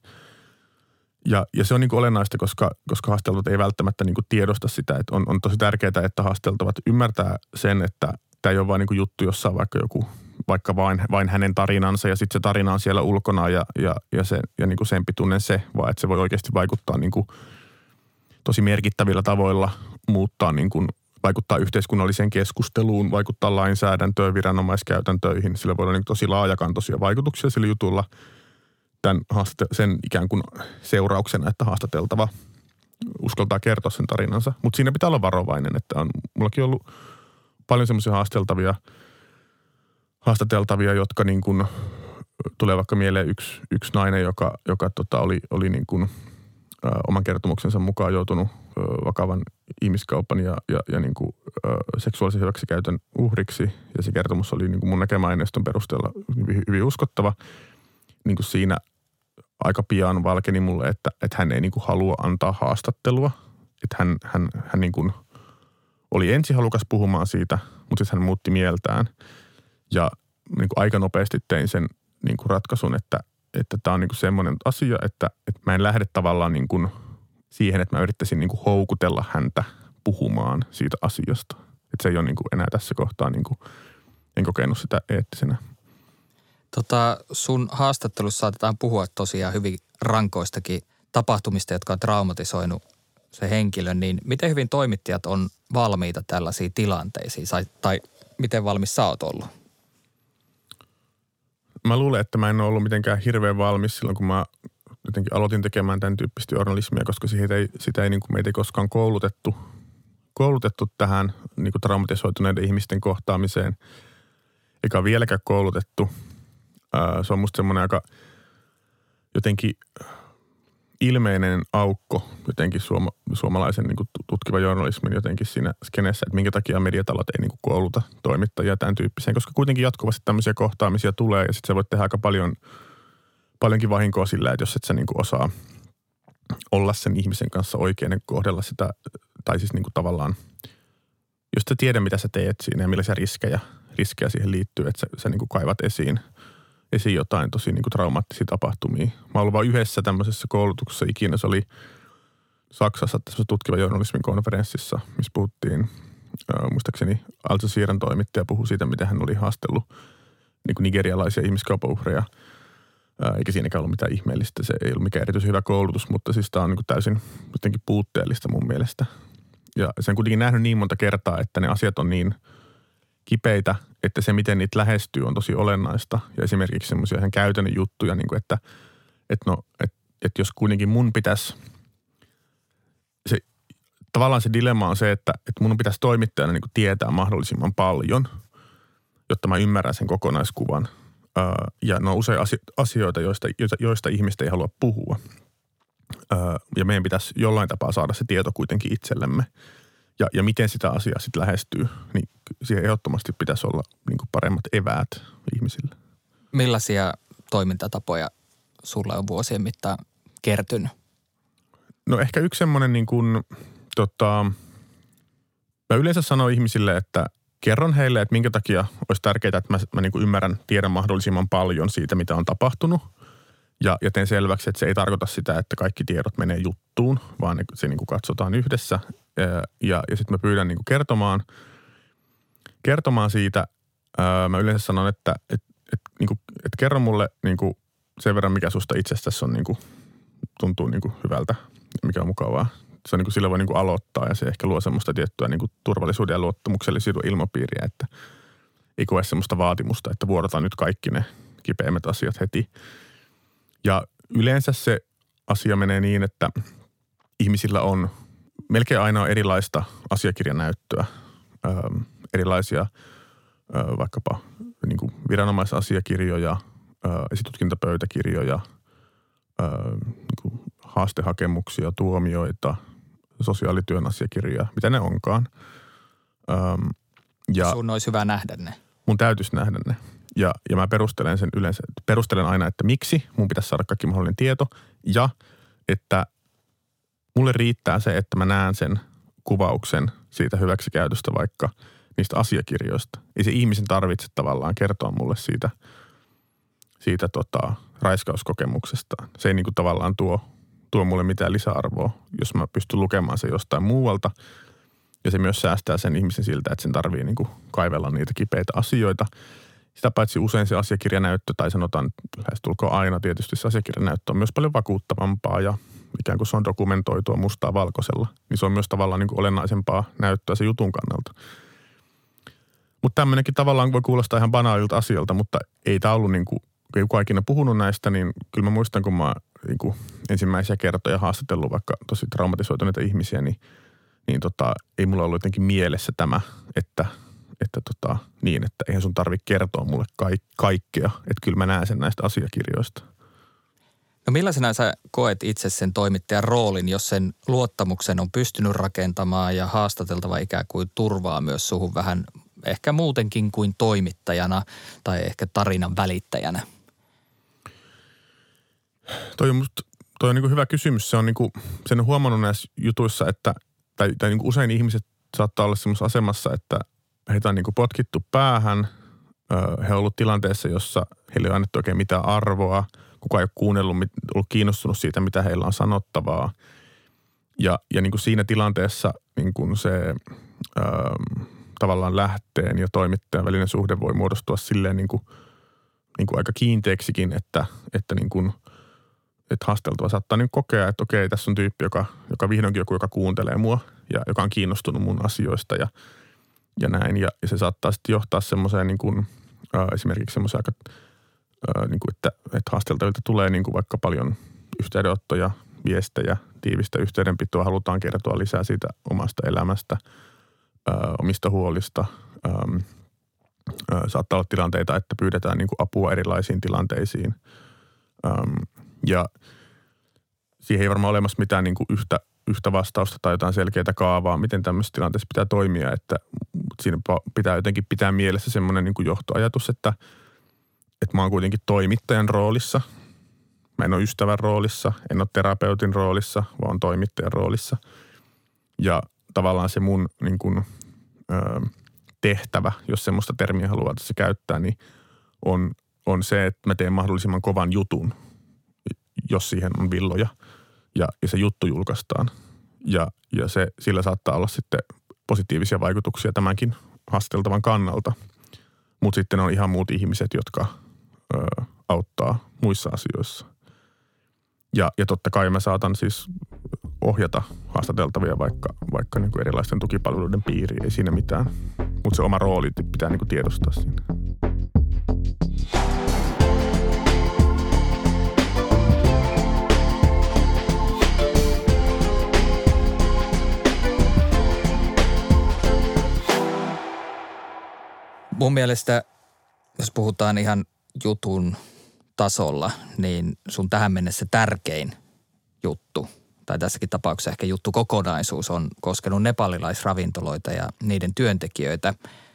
Ja se on niin kuin olennaista, koska haasteltavat ei välttämättä niin kuin tiedosta sitä, että on tosi tärkeää, että haasteltavat ymmärtää sen, että tämä ei ole vain niin kuin juttu, jossa on vaikka vain hänen tarinansa ja sitten se tarina on siellä ulkona ja niin kuin sen pituinen se, vaan että se voi oikeasti vaikuttaa niin kuin tosi merkittävillä tavoilla, muuttaa niin kuin, vaikuttaa yhteiskunnalliseen keskusteluun, vaikuttaa lainsäädäntöön, viranomaiskäytäntöihin. Sillä voi olla niin tosi laajakantoisia vaikutuksia sillä jutulla sen ikään kuin seurauksena, että haastateltava uskaltaa kertoa sen tarinansa. Mutta siinä pitää olla varovainen, että on mullakin ollut paljon semmoisia haastateltavia, jotka niin kuin, tulee vaikka mieleen yksi nainen, joka oli niin kuin, oman kertomuksensa mukaan joutunut vakavan ihmiskaupan ja niin kuin, seksuaalisen hyväksikäytön uhriksi. Ja se kertomus oli niin kuin mun näkemän aineiston perusteella hyvin uskottava. Niin kuin siinä aika pian valkeni mulle, että hän ei niin kuin halua antaa haastattelua. Että hän niin kuin oli ensin halukas puhumaan siitä, mutta sitten hän muutti mieltään. Ja niin kuin aika nopeasti tein sen niin kuin ratkaisun, että tämä on niin kuin semmoinen asia, että mä en lähde tavallaan niin kuin siihen, että mä yrittäisin niin kuin houkutella häntä puhumaan siitä asiasta. Että se ei ole niin kuin enää tässä kohtaa, niin kuin, en kokenut sitä eettisenä.
Sun haastattelussa saatetaan puhua tosiaan hyvin rankoistakin tapahtumista, jotka on traumatisoinut se henkilön, niin miten hyvin toimittajat on valmiita tällaisiin tilanteisiin tai miten valmis sä oot ollut?
Mä luulen, että mä en ole ollut mitenkään hirveän valmis silloin, kun mä jotenkin aloitin tekemään tämän tyyppistä journalismia, koska sitä ei niin kuin meitä ei koskaan koulutettu tähän niin kuin traumatisoituneiden ihmisten kohtaamiseen, eikä vieläkään koulutettu. Se on musta semmoinen aika jotenkin ilmeinen aukko jotenkin suomalaisen niin kuin tutkivan journalismin jotenkin siinä skenessä, että minkä takia mediatalot ei niin kuin kouluta toimittajia tämän tyyppiseen, koska kuitenkin jatkuvasti tämmöisiä kohtaamisia tulee ja sitten sä voit tehdä aika paljonkin vahinkoa sillä, että jos et sä niin kuin osaa olla sen ihmisen kanssa oikein ja kohdella sitä, tai siis niin kuin tavallaan, jos sä tiedä mitä sä teet siinä ja millaisia riskejä siihen liittyy, että sä niin kuin kaivat esiin jotain tosi niin kuin traumaattisia tapahtumia. Mä oon ollut vain yhdessä tämmöisessä koulutuksessa ikinä. Se oli Saksassa tässä tutkivan journalismin konferenssissa, missä puhuttiin, muistaakseni Al Jazeeran toimittaja puhui siitä, miten hän oli haastellut niin kuin nigerialaisia ihmiskaupauhreja. Eikä siinäkään ollut mitään ihmeellistä. Se ei ollut mikään erityisen hyvä koulutus, mutta siis tämä on niin kuin täysin jotenkin puutteellista mun mielestä. Ja sen kuitenkin nähnyt niin monta kertaa, että ne asiat on niin kipeitä, että se, miten niitä lähestyy, on tosi olennaista. Ja esimerkiksi semmoisia ihan käytännön juttuja, niin kuin että jos kuitenkin mun pitäisi, tavallaan se dilemma on se, että mun pitäisi toimittajana niin kuin tietää mahdollisimman paljon, jotta mä ymmärrän sen kokonaiskuvan. Ja ne on usein asioita, joista ihmistä ei halua puhua. Ja meidän pitäisi jollain tapaa saada se tieto kuitenkin itsellemme. Ja miten sitä asiaa sitten lähestyy, niin siihen ehdottomasti pitäisi olla niin kuin paremmat eväät ihmisille.
Millaisia toimintatapoja sulla on vuosien mittaan kertynyt?
No ehkä yksi semmoinen niin kuin, mä yleensä sanon ihmisille, että kerron heille, että minkä takia olisi tärkeää, että mä niin kuin tiedän mahdollisimman paljon siitä, mitä on tapahtunut. Ja teen selväksi, että se ei tarkoita sitä, että kaikki tiedot menee juttuun, vaan se niin kuin katsotaan yhdessä. Ja sitten mä pyydän niin kuin kertomaan siitä. Mä yleensä sanon, että kerro mulle niin kuin sen verran, mikä susta itsestäsi on niin kuin, tuntuu niin kuin hyvältä, mikä on mukavaa. Se on niin kuin, sillä voi niin kuin aloittaa ja se ehkä luo semmoista tiettyä niin kuin turvallisuuden ja luottamuksellisuuden ilmapiiriä, että ei koe semmoista vaatimusta, että vuodataan nyt kaikki ne kipeimmät asiat heti. Ja yleensä se asia menee niin, että ihmisillä on melkein aina erilaista asiakirjanäyttöä, erilaisia vaikkapa niin kuin viranomaisasiakirjoja, esitutkintapöytäkirjoja, niin kuin haastehakemuksia, tuomioita, sosiaalityön asiakirjoja, mitä ne onkaan.
Ja sun olisi hyvä nähdä ne.
Mun täytyisi nähdä ne. Ja mä perustelen aina, että miksi mun pitäisi saada kaikki mahdollinen tieto ja että mulle riittää se, että mä näen sen kuvauksen siitä hyväksikäytöstä vaikka niistä asiakirjoista. Ei se ihmisen tarvitse tavallaan kertoa mulle siitä raiskauskokemuksestaan. Se ei niin kuin tavallaan tuo mulle mitään lisäarvoa, jos mä pystyn lukemaan se jostain muualta. Ja se myös säästää sen ihmisen siltä, että sen tarvii niin kuin kaivella niitä kipeitä asioita. Sitä paitsi usein se asiakirjanäyttö, tai sanotaan lähestulkoon aina tietysti se asiakirjanäyttö on myös paljon vakuuttavampaa ja ikään kuin se on dokumentoitua mustaa valkoisella. Niin se on myös tavallaan niin kuin olennaisempaa näyttöä se jutun kannalta. Mutta tämmöinenkin tavallaan voi kuulostaa ihan banaalilta asialta, mutta ei tämä ollut niin kuin, ei kukaan ikinä puhunut näistä, niin kyllä mä muistan, kun mä niin kuin ensimmäisiä kertoja haastatellut vaikka tosi traumatisoituneita ihmisiä, niin ei mulla ollut jotenkin mielessä tämä, että eihän sun tarvitse kertoa mulle kaikkea, että kyllä mä näen sen näistä asiakirjoista.
No millaisena sä koet itse sen toimittajan roolin, jos sen luottamuksen on pystynyt rakentamaan ja haastateltava ikään kuin turvaa myös suhun vähän ehkä muutenkin kuin toimittajana tai ehkä tarinan välittäjänä?
Toi on niin kuin hyvä kysymys. Se on niin kuin, sen on huomannut näissä jutuissa, että tai niin kuin usein ihmiset saattaa olla semmoisessa asemassa, että heitä on niin kuin potkittu päähän. He on ollut tilanteessa, jossa heille ei annettu oikein mitään arvoa. Kukaan ei ole kuunnellut, ollut kiinnostunut siitä, mitä heillä on sanottavaa. Ja niin kuin siinä tilanteessa niin kuin se tavallaan lähteen ja toimittajan välinen suhde voi muodostua silleen niin kuin aika kiinteäksikin, että niin kuin että haasteltua saattaa niin kokea, että okei, tässä on tyyppi, joka vihdoinkin joku, joka kuuntelee mua ja joka on kiinnostunut mun asioista ja näin. Ja se saattaa sitten johtaa semmoiseen niin kuin, esimerkiksi semmoiseen aika, niin kuin, että haasteltavilta tulee niin kuin vaikka paljon yhteydenottoja, viestejä, tiivistä yhteydenpitoa, halutaan kertoa lisää siitä omasta elämästä, omista huolista. Saattaa olla tilanteita, että pyydetään niin kuin apua erilaisiin tilanteisiin. Ja siihen ei varmaan olemassa mitään niin kuin yhtä vastausta tai jotain selkeää kaavaa, miten tämmöisessä tilanteessa pitää toimia, että siinä pitää jotenkin pitää mielessä semmoinen niin kuin johtoajatus, että mä oon kuitenkin toimittajan roolissa. Mä en ole ystävän roolissa, en ole terapeutin roolissa, vaan toimittajan roolissa. Ja tavallaan se mun niin kuin, tehtävä, jos semmoista termiä haluaa tässä käyttää, niin on se, että mä teen mahdollisimman kovan jutun, jos siihen on villoja ja se juttu julkaistaan. Ja sillä saattaa olla sitten positiivisia vaikutuksia tämänkin haasteltavan kannalta. Mutta sitten on ihan muut ihmiset, jotka auttaa muissa asioissa. Ja totta kai mä saatan siis ohjata haastateltavia vaikka niin kuin erilaisten tukipalveluiden piiriin, ei siinä mitään. Mutta se oma rooli pitää niin kuin tiedostaa siinä.
Mun mielestä, jos puhutaan ihan jutun tasolla, niin sun tähän mennessä tärkein juttu, tai tässäkin tapauksessa ehkä juttukokonaisuus on koskenut nepalilaisravintoloita ja niiden työntekijöitä.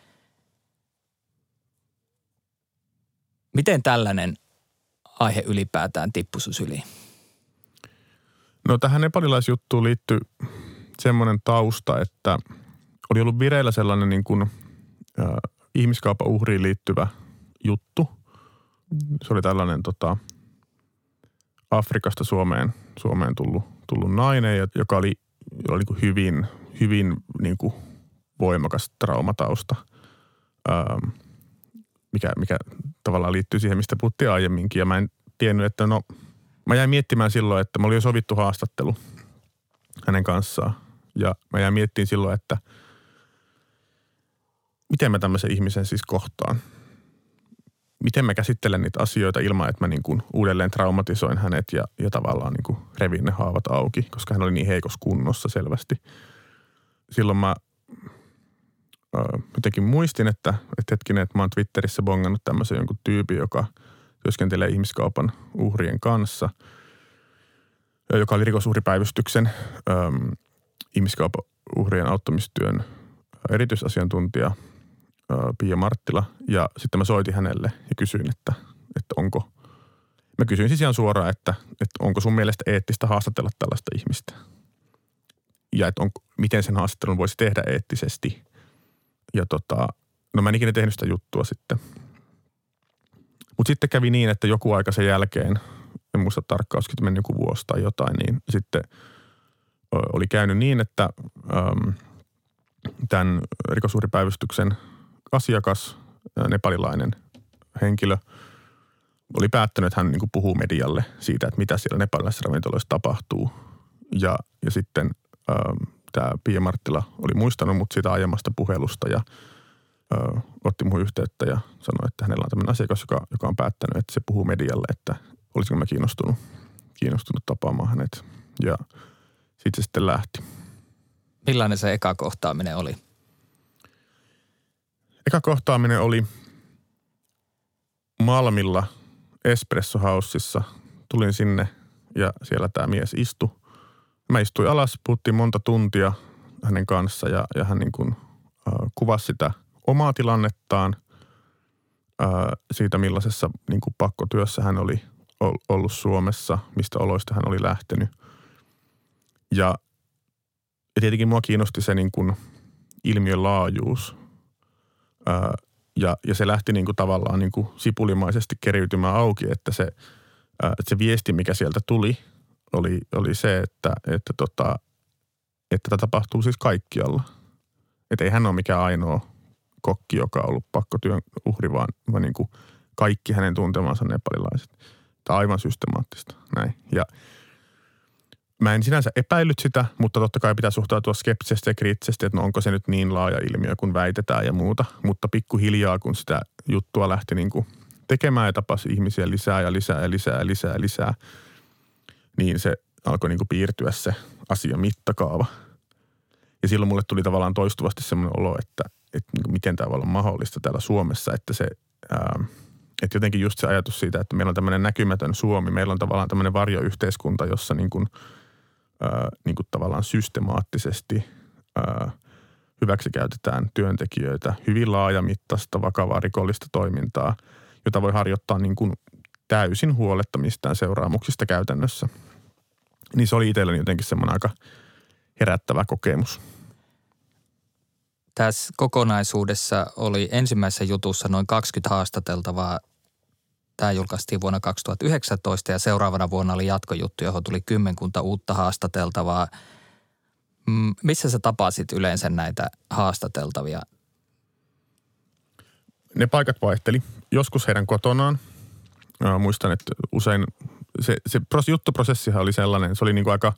Miten tällainen aihe ylipäätään tippui sun syliin?
No tähän nepalilaisjuttuun liittyy semmoinen tausta, että oli ollut vireillä sellainen niin kuin ihmiskaupan uhriin liittyvä juttu. Se oli tällainen Afrikasta Suomeen tullut nainen, joka oli niin kuin hyvin niin kuin voimakas traumatausta, mikä tavallaan liittyy siihen, mistä puhuttiin aiemminkin. Ja mä en tiennyt, että mä jäin miettimään silloin, että mä olin jo sovittu haastattelu hänen kanssaan. Ja mä jäin miettimään silloin, että miten mä tämmöisen ihmisen siis kohtaan. Miten mä käsittelen niitä asioita ilman, että mä niin kuin uudelleen traumatisoin hänet ja tavallaan niin kuin revin ne haavat auki, koska hän oli niin heikossa kunnossa selvästi. Silloin mä jotenkin muistin, että mä oon Twitterissä bongannut tämmöisen jonkun tyypin, joka työskentelee ihmiskaupan uhrien kanssa, joka oli rikosuhripäivystyksen ihmiskaupan uhrien auttamistyön erityisasiantuntija Pia Marttila. Ja sitten mä soitin hänelle ja kysyin, että onko, mä kysyin siis ihan suoraan, että onko sun mielestä eettistä haastatella tällaista ihmistä. Ja että miten sen haastattelun voisi tehdä eettisesti. Ja no mä en ikinä tehnyt sitä juttua sitten. Mutta sitten kävi niin, että joku aika sen jälkeen, en muista tarkkaan, olisiko meni joku vuosi tai jotain, niin sitten oli käynyt niin, että tämän rikosuhripäivystyksen asiakas, nepalilainen henkilö, oli päättänyt, että hän niin kuin puhuu medialle siitä, että mitä siellä nepalilaisissa ravintoloissa tapahtuu. Ja sitten tämä Pia Marttila oli muistanut mut siitä aiemmasta puhelusta ja otti muhun yhteyttä ja sanoi, että hänellä on tämmöinen asiakas, joka on päättänyt, että se puhuu medialle, että olisiko mä kiinnostunut tapaamaan hänet. Ja siitä se sitten lähti.
Millainen se eka kohtaaminen oli?
Eka kohtaaminen oli Malmilla Espresso Housessa. Tulin sinne ja siellä tämä mies istui. Mä istuin alas, puhuttiin monta tuntia hänen kanssa ja hän niin kuin kuvasi sitä omaa tilannettaan, siitä millaisessa niin kuin pakkotyössä hän oli ollut Suomessa, mistä oloista hän oli lähtenyt. Ja tietenkin mua kiinnosti se niin kuin ilmiön laajuus. Ja se lähti niin kuin tavallaan niin kuin sipulimaisesti keriytymään auki, että se viesti, mikä sieltä tuli, oli se, että tämä tapahtuu siis kaikkialla. Että ei hän ole mikään ainoa kokki, joka on ollut pakkotyön uhri, vaan niin kuin kaikki hänen tuntemansa nepalilaiset. Tämä on aivan systemaattista. Näin. Ja mä en sinänsä epäillyt sitä, mutta totta kai pitää suhtautua skeptisesti ja kriittisesti, että no onko se nyt niin laaja ilmiö, kun väitetään ja muuta. Mutta pikkuhiljaa, kun sitä juttua lähti niin kuin tekemään ja tapasi ihmisiä lisää, niin se alkoi niin kuin piirtyä se asian mittakaava. Ja silloin mulle tuli tavallaan toistuvasti semmoinen olo, että miten tämä voi olla mahdollista täällä Suomessa, että Että jotenkin just se ajatus siitä, että meillä on tämmöinen näkymätön Suomi, meillä on tavallaan tämmöinen varjoyhteiskunta, jossa niin kuin tavallaan systemaattisesti hyväksikäytetään työntekijöitä, hyvin laajamittaista, vakavaa rikollista toimintaa, jota voi harjoittaa niin kuin täysin huoletta mistään seuraamuksista käytännössä. Niin se oli itselleni jotenkin semmoinen aika herättävä kokemus.
Tässä kokonaisuudessa oli ensimmäisessä jutussa noin 20 haastateltavaa. Tämä julkaistiin vuonna 2019 ja seuraavana vuonna oli jatkojuttu, johon tuli 10 uutta haastateltavaa. Missä sä tapasit yleensä näitä haastateltavia?
Ne paikat vaihteli. Joskus heidän kotonaan. Muistan, että usein se juttuprosessihan oli sellainen, se oli niin kuin aika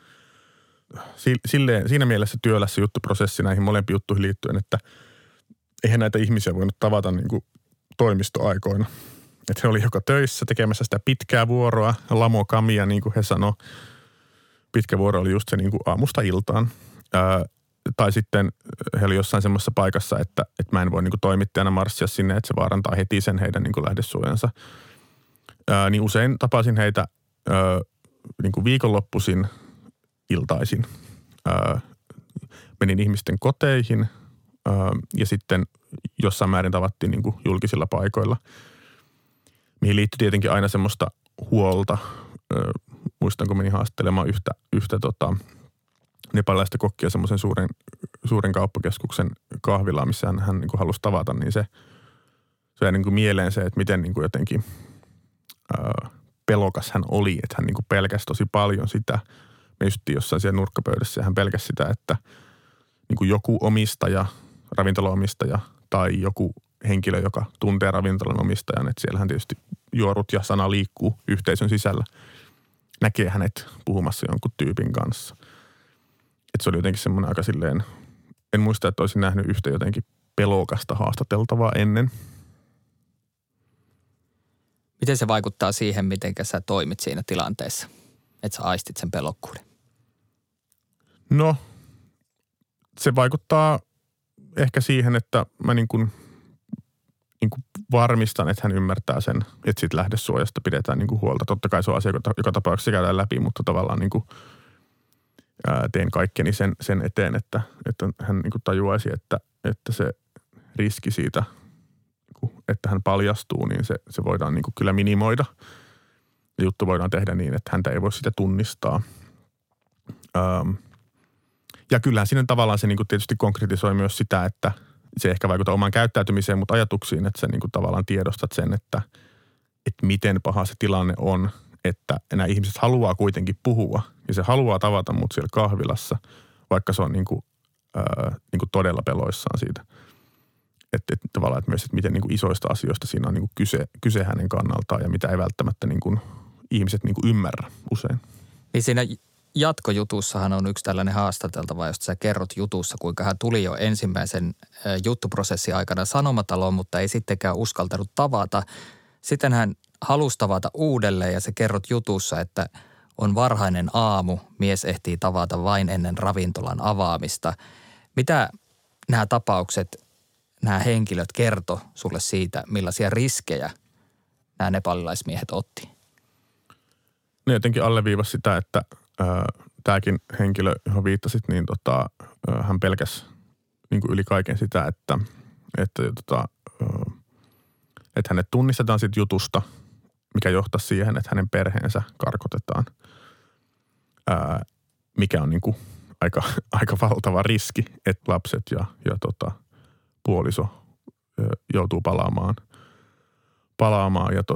siinä mielessä työlässä juttuprosessi näihin molempiin juttuihin liittyen, että eihän näitä ihmisiä voinut tavata niin kuin toimistoaikoina. Että he oli joka töissä tekemässä sitä pitkää vuoroa, lamokamia, niin kuin he sanoi. Pitkä vuoro oli just se niin kuin aamusta iltaan. Tai sitten he oli jossain semmoisessa paikassa, että mä en voi niin kuin toimittajana marssia sinne, että se vaarantaa heti sen heidän niin kuin lähdesuojansa. Niin usein tapasin heitä niin kuin viikonloppuisin iltaisin. Menin ihmisten koteihin ja sitten jossain määrin tavattiin niin kuin julkisilla paikoilla, mihin liittyi tietenkin aina semmoista huolta. Muistan, kun menin haastattelemaan yhtä nepalilaista kokkia semmoisen suuren kauppakeskuksen kahvilaan, missä hän niin kuin halusi tavata, niin se jäi niin kuin mieleen se, että miten niin kuin jotenkin pelokas hän oli, että hän niin kuin pelkäsi tosi paljon sitä. Me istuttiin jossain siellä nurkkapöydässä ja hän pelkäsi sitä, että niin kuin joku omistaja, ravintolaomistaja tai joku henkilö, joka tuntee ravintolan omistajan, että siellähän tietysti juorut ja sana liikkuu yhteisön sisällä, näkee hänet puhumassa jonkun tyypin kanssa. Että se oli jotenkin semmoinen aika silleen, en muista, että olisin nähnyt yhtä jotenkin pelokasta haastateltavaa ennen.
Miten se vaikuttaa siihen, miten sä toimit siinä tilanteessa, että sä aistit sen pelokkuuden?
No, se vaikuttaa ehkä siihen, että mä niin kuin varmistan, että hän ymmärtää sen, että siitä lähdesuojasta pidetään niin kuin huolta. Totta kai se on asia, joka tapauksessa käydään läpi, mutta tavallaan niin kuin teen kaikkeni sen eteen, että hän niin kuin tajuaisi, että se riski siitä, että hän paljastuu, niin se voidaan niin kuin kyllä minimoida. Ja juttu voidaan tehdä niin, että häntä ei voi sitä tunnistaa. Ja kyllähän siinä tavallaan se niin kuin tietysti konkretisoi myös sitä, että se ehkä vaikuttaa omaan käyttäytymiseen, mutta ajatuksiin, että sä niin kuin tavallaan tiedostat sen, että miten paha se tilanne on, että nämä ihmiset haluaa kuitenkin puhua ja se haluaa tavata mut siellä kahvilassa, vaikka se on niin kuin todella peloissaan siitä. Että tavallaan että myös, että miten niin kuin isoista asioista siinä on niin kuin kyse hänen kannaltaan ja mitä ei välttämättä niin kuin ihmiset niin kuin ymmärrä usein.
Niin siinä jatkojutussahan on yksi tällainen haastateltava, josta sä kerrot jutussa, kuinka hän tuli jo ensimmäisen juttuprosessin aikana Sanomataloon, mutta ei sittenkään uskaltanut tavata. Sitten hän halusi tavata uudelleen ja sä kerrot jutussa, että on varhainen aamu, mies ehtii tavata vain ennen ravintolan avaamista. Mitä nämä tapaukset, nämä henkilöt kertoi sulle siitä, millaisia riskejä nämä nepalilaismiehet otti?
Ne jotenkin alleviivasi sitä, että tämäkin henkilö, johon viittasit, niin hän pelkäsi niin kuin yli kaiken sitä, että hänet tunnistetaan siitä jutusta, mikä johtaa siihen, että hänen perheensä karkotetaan, mikä on niin kuin aika valtava riski, että lapset ja puoliso joutuu palaamaan ja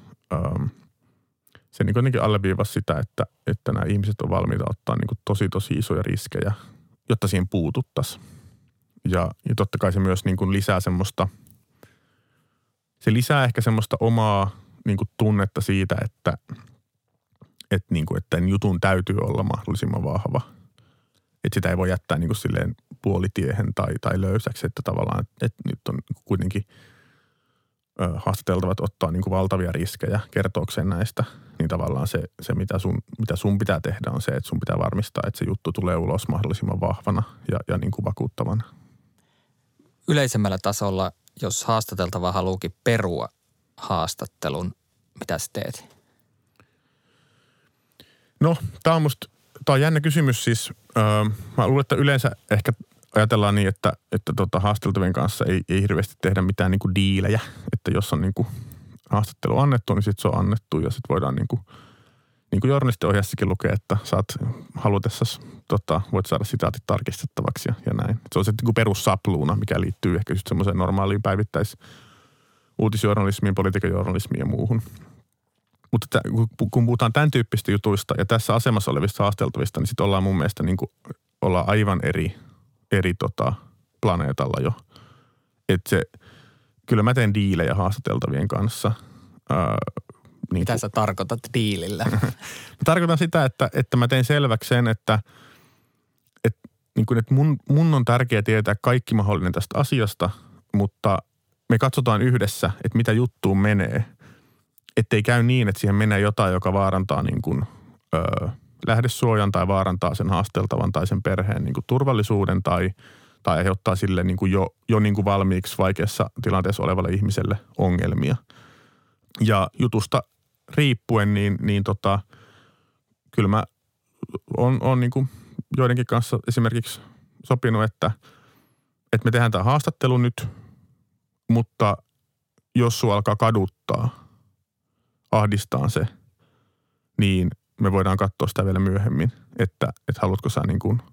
se niin kuitenkin alleviivasi sitä, että nämä ihmiset on valmiita ottaa niin kuin tosi isoja riskejä, jotta siihen puututtaisiin. Ja totta kai se myös niin kuin lisää semmoista, se lisää ehkä semmoista omaa niin kuin tunnetta siitä, että tämän jutun täytyy olla mahdollisimman vahva. Että sitä ei voi jättää niin kuin silleen puolitiehen tai löysäksi, että tavallaan, että nyt on kuitenkin haastateltavat ottaa niin kuin valtavia riskejä kertookseen näistä, niin tavallaan se mitä sun pitää tehdä on se, että sun pitää varmistaa, että se juttu tulee ulos mahdollisimman vahvana ja niin kuin vakuuttavana. Yleisemmällä
tasolla, jos haastateltava haluukin perua haastattelun. Mitä sä teet?
No, tämä on jännä kysymys siis. Mä luulen, että yleensä ehkä ajatellaan niin, että haasteltavien kanssa ei hirveästi tehdä mitään niin kuin diilejä. Että jos on niin kuin haastattelu annettu, niin sitten se on annettu ja sitten voidaan niin kuin journalistiohjeessakin lukee, että saat halutessasi, voit saada sitaatit tarkistettavaksi ja näin. Se on se niin kuin perussapluuna, mikä liittyy ehkä just semmoiseen normaaliin uutisjournalismiin, politiikajournalismiin ja muuhun. Mutta kun puhutaan tämän tyyppistä jutuista ja tässä asemassa olevista haasteltavista, niin sitten ollaan mun mielestä niin kuin, ollaan aivan eri planeetalla jo. Että kyllä mä teen diilejä haastateltavien kanssa.
Mitä sä tarkoitat diilillä?
Mä tarkoitan sitä, että mä teen selväksi sen, että mun on tärkeää tietää kaikki mahdollinen tästä asiasta, mutta me katsotaan yhdessä, että mitä juttuun menee. Ettei käy niin, että siihen menee jotain, joka vaarantaa niin kuin, lähdesuojan tai vaarantaa sen haasteltavan tai sen perheen niin kuin turvallisuuden tai aiheuttaa sille niin kuin jo niin kuin valmiiksi vaikeassa tilanteessa olevalle ihmiselle ongelmia. Ja jutusta riippuen, niin kyllä mä on niin kuin joidenkin kanssa esimerkiksi sopinut, että me tehdään tämä haastattelu nyt, mutta jos sua alkaa kaduttaa, ahdistaa se, niin me voidaan katsoa sitä vielä myöhemmin, että haluatko sä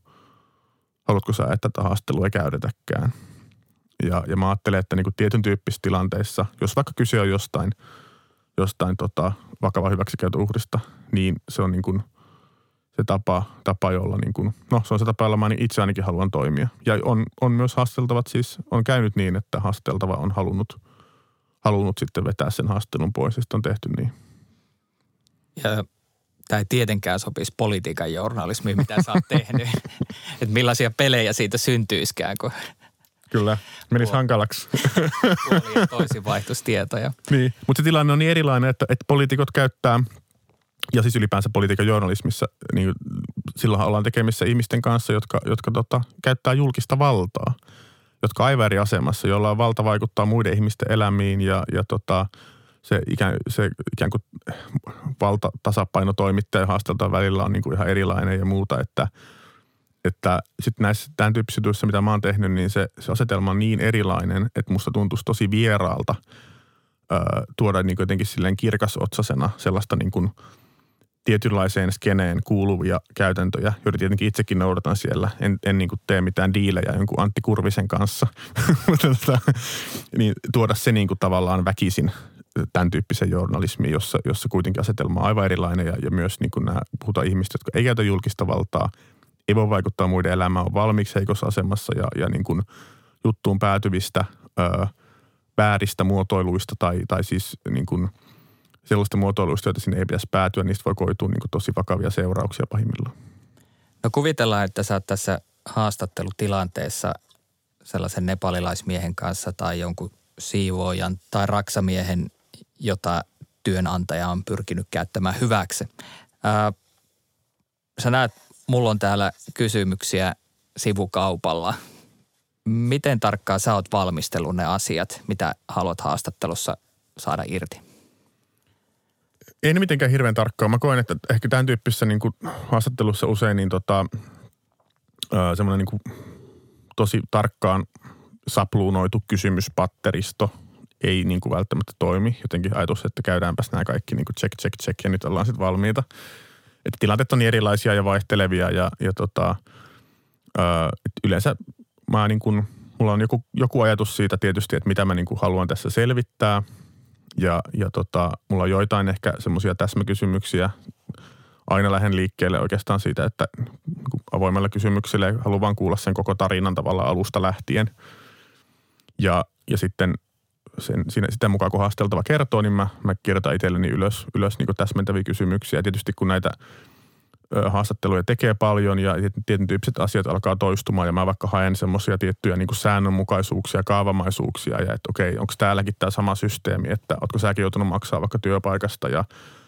että tätä haastelua ei käytetäkään. Ja mä ajattelen, että niin kuin tietyn tyyppisissä tilanteissa, jos vaikka kyse on jostain vakava hyväksikäytön uhrista, niin se on niin kuin se tapa jolla niin kuin, se on se tapa, jolla mä itse ainakin haluan toimia. Ja on myös haasteltavat siis, on käynyt niin, että haasteltava on halunnut sitten vetää sen haastelun pois ja sitten on tehty niin.
Ja tämä ei tietenkään sopisi politiikan journalismiin, mitä sä oot tehnyt. Että millaisia pelejä siitä syntyiskään, kun
kyllä, menisi hankalaksi.
Puoli ja toisin vaihtustietoja.
Niin, mutta se tilanne on niin erilainen, että poliitikot käyttää, ja siis ylipäänsä politiikan journalismissa, niin silloin ollaan tekemissä ihmisten kanssa, jotka käyttää julkista valtaa, jotka on aivan eri asemassa, jolla on valta vaikuttaa muiden ihmisten elämiin ja se ikään kuin valtatasapaino toimittajan haasteltavan välillä on niin kuin ihan erilainen ja muuta, että sitten näissä tämän tyyppisissä jutuissa, mitä mä oon tehnyt, niin se asetelma on niin erilainen, että musta tuntuisi tosi vieraalta tuoda niin kuin jotenkin silleen kirkasotsasena sellaista niin kuin tietynlaiseen skeneen kuuluvia käytäntöjä, joita tietenkin itsekin noudatan siellä. En niin kuin tee mitään diilejä jonkun Antti Kurvisen kanssa, niin tuoda se niin kuin tavallaan väkisin tämän tyyppisen journalismiin, jossa kuitenkin asetelma on aivan erilainen ja myös niin kuin nämä puhutaan ihmistä, jotka ei käytä julkista valtaa, ei voi vaikuttaa muiden elämään, on valmiiksi heikossa asemassa ja niin kuin juttuun päätyvistä vääristä muotoiluista tai siis niin kuin sellaista muotoiluista, joita sinne ei pitäisi päätyä, niistä voi koitua niin kuin tosi vakavia seurauksia pahimmillaan.
No kuvitellaan, että sä oot tässä haastattelutilanteessa sellaisen nepalilaismiehen kanssa tai jonkun siivoojan tai raksamiehen, jota työnantaja on pyrkinyt käyttämään hyväksi. Sä näet, mulla on täällä kysymyksiä sivukaupalla. Miten tarkkaan sä oot valmistellut ne asiat, mitä haluat haastattelussa saada irti?
Ei ne mitenkään hirveän tarkkaan. Mä koen, että ehkä tämän tyyppisessä niin kuin haastattelussa usein niin semmoinen niin kuin tosi tarkkaan sapluunoitu kysymyspatteristo ei niin kuin välttämättä toimi. Jotenkin ajatus, että käydäänpäs nämä kaikki niin kuin check ja nyt ollaan sitten valmiita. Että tilanteet on niin erilaisia ja vaihtelevia ja yleensä mä niin kuin, mulla on joku ajatus siitä tietysti, että mitä mä niin kuin haluan tässä selvittää. Ja mulla on joitain ehkä semmoisia täsmäkysymyksiä. Aina lähden liikkeelle oikeastaan siitä, että avoimella kysymyksellä haluan vaan kuulla sen koko tarinan tavallaan alusta lähtien. Ja sitten sitä mukaan, kun haasteltava kertoo, niin mä kirjoitan itselleni ylös niin kuin täsmentäviä kysymyksiä. Ja tietysti kun näitä haastatteluja tekee paljon ja tietyn tyyppiset asiat alkaa toistumaan ja mä vaikka haen semmoisia tiettyjä niin kuin säännönmukaisuuksia, kaavamaisuuksia ja että okei, onko täälläkin tämä sama systeemi, että ootko säkin joutunut maksaa vaikka työpaikasta ja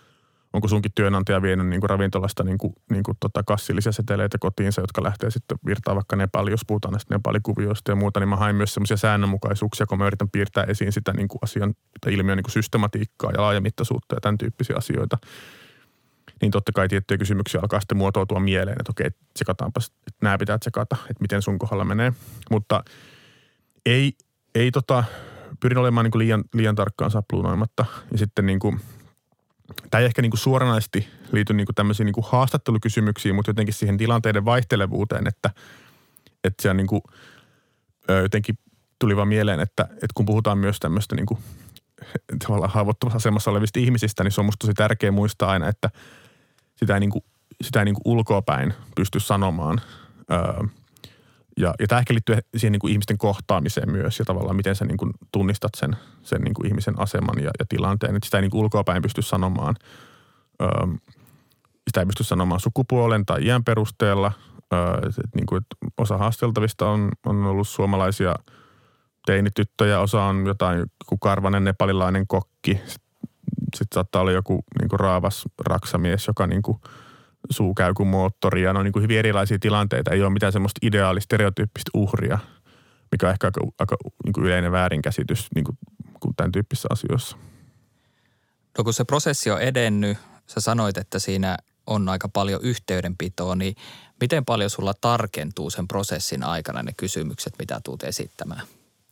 onko sunkin työnantaja vienyt niin kuin ravintolasta niin kuin kassillisia seteleitä kotiinsa, jotka lähtee sitten virtaa vaikka Nepaliin, jos puhutaan näistä Nepali-kuvioista ja muuta, niin mä hain myös semmoisia säännönmukaisuuksia, kun mä yritän piirtää esiin sitä niin kuin asian tai ilmiön niin kuin systematiikkaa ja laajamittaisuutta ja tämän tyyppisiä asioita. Niin totta kai tiettyjä kysymyksiä alkaa sitten muotoutua mieleen, että okei, tsekataanpas, että nämä pitää tsekata, että miten sun kohdalla menee. Mutta ei pyrin olemaan niin kuin liian tarkkaan sapluunoimatta. Ja sitten niin kuin, tämä ei ehkä niin kuin suoranaisesti liity niin kuin tämmöisiin niin kuin haastattelukysymyksiin, mutta jotenkin siihen tilanteiden vaihtelevuuteen, että se on niin kuin, jotenkin tuli vaan mieleen, että kun puhutaan myös tämmöistä niin kuin tavallaan haavoittuvassa asemassa olevista ihmisistä, niin se on musta tosi tärkeää muistaa aina, että sitä ei niin kuin ulkoapäin pysty sanomaan. Ja tämä ehkä liittyy siihen niin kuin ihmisten kohtaamiseen myös ja tavallaan miten sä niin kuin tunnistat sen niin kuin ihmisen aseman ja tilanteen. Että sitä ei niin kuin ulkoapäin pysty sanomaan. Sitä ei pysty sanomaan sukupuolen tai iän perusteella. Niin kuin, että osa haasteltavista on ollut suomalaisia teinityttöjä, osa on jotain karvanen nepalilainen kokki. Sitten saattaa olla joku niin kuin raavas raksamies, joka niin kuin suu käy kuin moottori. Ja ne on niin kuin hyvin erilaisia tilanteita. Ei ole mitään semmoista ideaalista stereotyyppistä uhria, mikä on ehkä aika niin kuin yleinen väärinkäsitys niin kuin tämän tyyppisissä asioissa.
No kun se prosessi on edennyt, sä sanoit, että siinä on aika paljon yhteydenpitoa, niin miten paljon sulla tarkentuu sen prosessin aikana ne kysymykset, mitä tuut esittämään?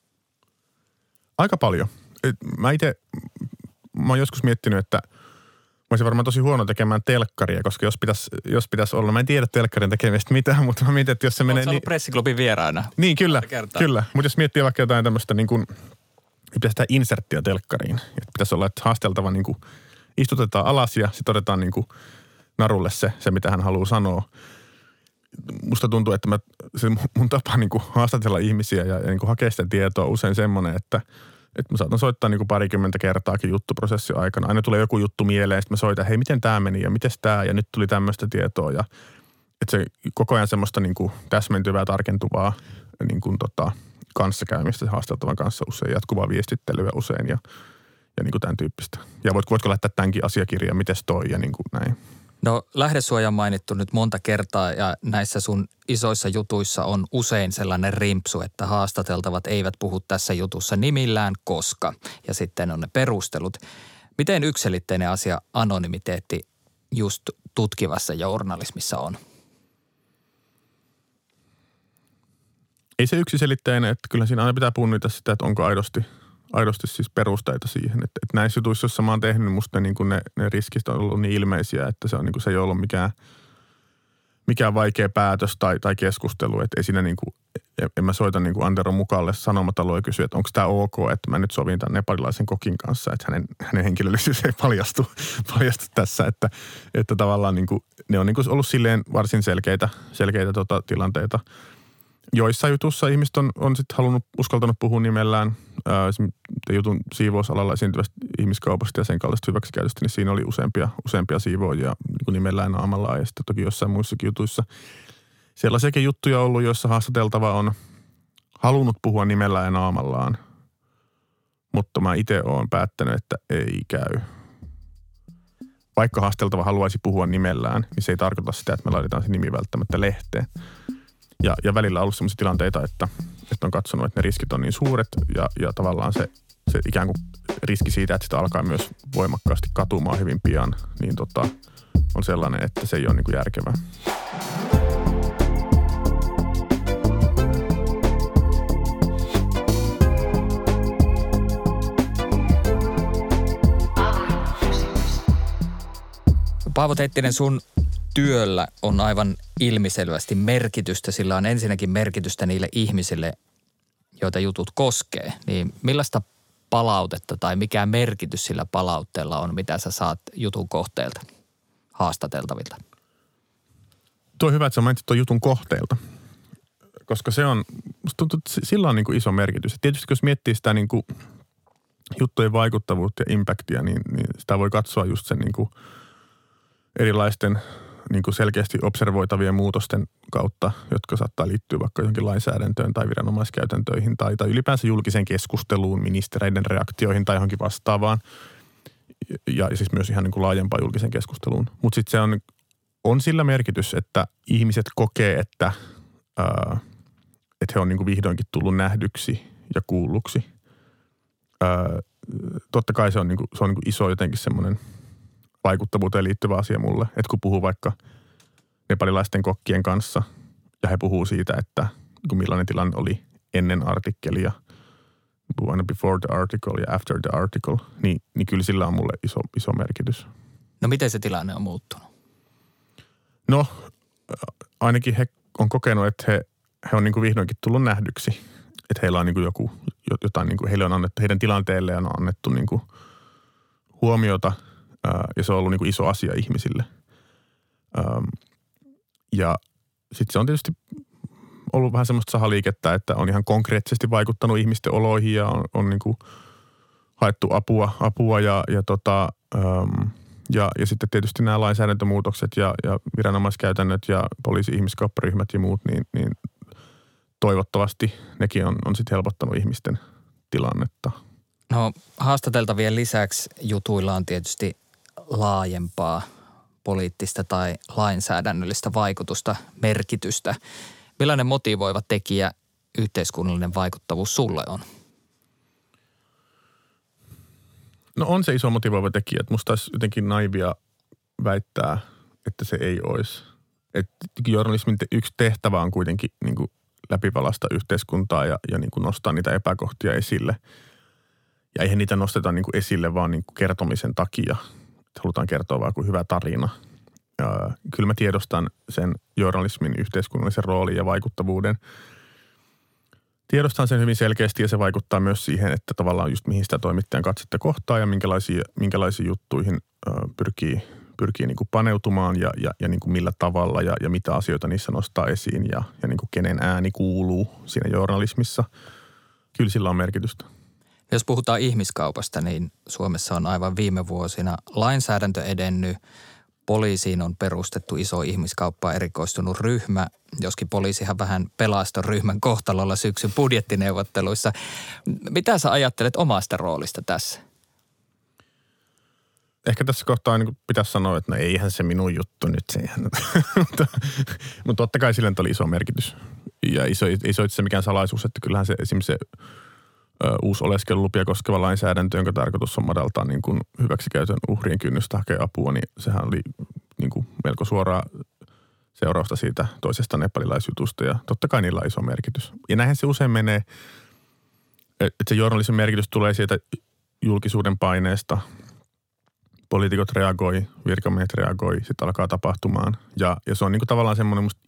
Aika paljon. Mä oon joskus miettinyt, että mä olisin varmaan tosi huono tekemään telkkaria, koska jos pitäisi olla, mä en tiedä telkkarin tekemistä mitään, mutta mä mietin, että jos se menee
niin... Pressiklubin vieraana.
Niin, kyllä. Mutta jos miettii vaikka jotain tämmöistä niin kuin, pitäisi tehdä inserttiä telkkariin. Että pitäisi olla, että haasteltava niin kuin, istutetaan alas ja sitten otetaan niin kuin narulle se, mitä hän haluaa sanoa. Musta tuntuu, että mun tapa niin kuin haastatella ihmisiä ja niin kuin hakea sitä tietoa on usein semmoinen, että mä saatan soittaa niin kuin 20 kertaakin juttuprosessin aikana. Aina tulee joku juttu mieleen, sitten mä soitan, hei miten tämä meni ja mites tämä ja nyt tuli tämmöistä tietoa. Ja että se koko ajan semmoista niin kuin täsmentyvää, tarkentuvaa niin kuin kanssakäymistä haasteltavan kanssa usein, jatkuvaa viestittelyä usein ja niin kuin tämän tyyppistä. Ja voitko lähettää tämänkin asiakirjan, mites toi ja niin kuin näin.
No lähdesuoja on mainittu nyt monta kertaa ja näissä sun isoissa jutuissa on usein sellainen rimpsu, että haastateltavat eivät puhu tässä jutussa nimillään koska. Ja sitten on ne perustelut. Miten yksiselitteinen asia anonymiteetti just tutkivassa journalismissa on?
Ei se yksiselitteinen, että kyllä siinä aina pitää punnita sitä, että onko aidosti siis perusteita siihen. Että näissä jutuissa, joissa mä oon tehnyt, niin musta ne riskistä on ollut niin ilmeisiä, että se on niin kuin, se ei ollut mikään vaikea päätös tai keskustelu. Että ei siinä niin kuin, en mä soita niin kuin Antero Mukalle Sanomataloa ja kysy, että onko tämä ok, että mä nyt sovin tämän nepalilaisen kokin kanssa, että hänen henkilöllisyys ei paljastu tässä. Että tavallaan niin kuin, ne on niin kuin ollut silleen varsin selkeitä tilanteita. Joissa jutussa ihmiset on sitten uskaltanut puhua nimellään jutun siivousalalla esiintyvästä ihmiskaupasta ja sen kaltaista hyväksikäytöstä, niin siinä oli useampia siivoojia niin nimellään naamallaan ja sitten toki jossain muissakin jutuissa. Sellaisiakin juttuja on ollut, joissa haastateltava on halunnut puhua nimellään ja naamallaan, mutta mä itse olen päättänyt, että ei käy. Vaikka haasteltava haluaisi puhua nimellään, niin se ei tarkoita sitä, että me laitetaan se nimi välttämättä lehteen. Ja välillä on ollut sellaisia tilanteita, että on katsonut, että ne riskit on niin suuret ja tavallaan se ikään kuin riski siitä, että sitä alkaa myös voimakkaasti katumaan hyvin pian, niin on sellainen, että se ei ole niin kuin järkevää.
Paavo Teittinen, sun työllä on aivan ilmiselvästi merkitystä. Sillä on ensinnäkin merkitystä niille ihmisille, joita jutut koskee. Niin millaista palautetta tai mikä merkitys sillä palautteella on, mitä sä saat jutun kohteelta, haastateltavilta?
Tuo on hyvä, että sä mainitsit tuon jutun kohteelta, koska se on, musta tuntuu, että sillä on niin kuin iso merkitys. Ja tietysti jos miettii sitä niin kuin juttujen vaikuttavuutta ja impactia, niin sitä voi katsoa just sen niin kuin erilaisten niin kuin selkeästi observoitavien muutosten kautta, jotka saattaa liittyä vaikka johonkin lainsäädäntöön tai viranomaiskäytäntöihin tai ylipäänsä julkiseen keskusteluun, ministereiden reaktioihin tai johonkin vastaavaan. ja siis myös ihan niin kuin laajempaan julkisen keskusteluun. Mutta sitten se on sillä merkitys, että ihmiset kokee, että he on niin kuin vihdoinkin tullut nähdyksi ja kuulluksi. Totta kai se on niin kuin iso jotenkin semmoinen vaikuttavuuteen liittyvä asia mulle. Että kun puhuu vaikka nepalilaisten kokkien kanssa ja he puhuu siitä, että millainen tilanne oli ennen artikkelia, puhuu aina before the article ja after the article, niin kyllä sillä on mulle iso merkitys.
No miten se tilanne on muuttunut?
No ainakin he on kokenut, että he on niin kuin vihdoinkin tullut nähdyksi. Että heillä on niin kuin jotain, niin kuin heille on annettu, heidän tilanteelleen on annettu niin kuin huomiota ja se on ollut niin kuin iso asia ihmisille. Ja sitten se on tietysti ollut vähän semmoista sahaliikettä, että on ihan konkreettisesti vaikuttanut ihmisten oloihin ja on niin kuin haettu apua ja sitten tietysti nämä lainsäädäntömuutokset ja viranomaiskäytännöt ja poliisi-ihmiskaupparyhmät ja muut, niin toivottavasti nekin on sitten helpottanut ihmisten tilannetta.
No haastateltavien lisäksi jutuilla on tietysti laajempaa poliittista tai lainsäädännöllistä vaikutusta, merkitystä. Millainen motivoiva tekijä yhteiskunnallinen vaikuttavuus sulle on?
No on se iso motivoiva tekijä. Että musta olisi jotenkin naivia väittää, että se ei olisi. Että journalismin yksi tehtävä on kuitenkin niin kuin läpivalaista yhteiskuntaa ja niin kuin nostaa niitä epäkohtia esille. Ja eihän niitä nosteta niin kuin esille vaan niin kuin kertomisen takia. Että halutaan kertoa vaan kuin hyvä tarina. Kyllä mä tiedostan sen journalismin yhteiskunnallisen roolin ja vaikuttavuuden. Tiedostan sen hyvin selkeästi ja se vaikuttaa myös siihen, että tavallaan just mihin sitä toimittajan katsetta kohtaa ja minkälaisiin juttuihin pyrkii niin kuin paneutumaan ja niin kuin millä tavalla ja mitä asioita niissä nostaa esiin ja niin kuin kenen ääni kuuluu siinä journalismissa. Kyllä sillä on merkitystä.
Jos puhutaan ihmiskaupasta, niin Suomessa on aivan viime vuosina lainsäädäntö edennyt. Poliisiin on perustettu iso ihmiskauppaan erikoistunut ryhmä, joskin poliisihan vähän pelastoi ryhmän kohtalolla syksyn budjettineuvotteluissa. Mitä sä ajattelet omasta roolista tässä?
Ehkä tässä kohtaa niin pitäisi sanoa, että no eihän se minun juttu nyt se. Mutta totta kai sillä oli iso merkitys. Ja ei se ole mikään salaisuus, että kyllähän se esimerkiksi se uusi oleskelulupia koskeva lainsäädäntö, jonka tarkoitus on madaltaa niin kuin hyväksikäytön uhrien kynnystä hakea apua, niin sehän oli niin kuin melko suoraa seurausta siitä toisesta nepalilaisjutusta ja totta kai niillä on iso merkitys. Ja näinhän se usein menee, että se journalismin merkitys tulee sieltä julkisuuden paineesta. Poliitikot reagoi, virkamiehet reagoi, sitten alkaa tapahtumaan ja se on niin kuin tavallaan semmoinen musta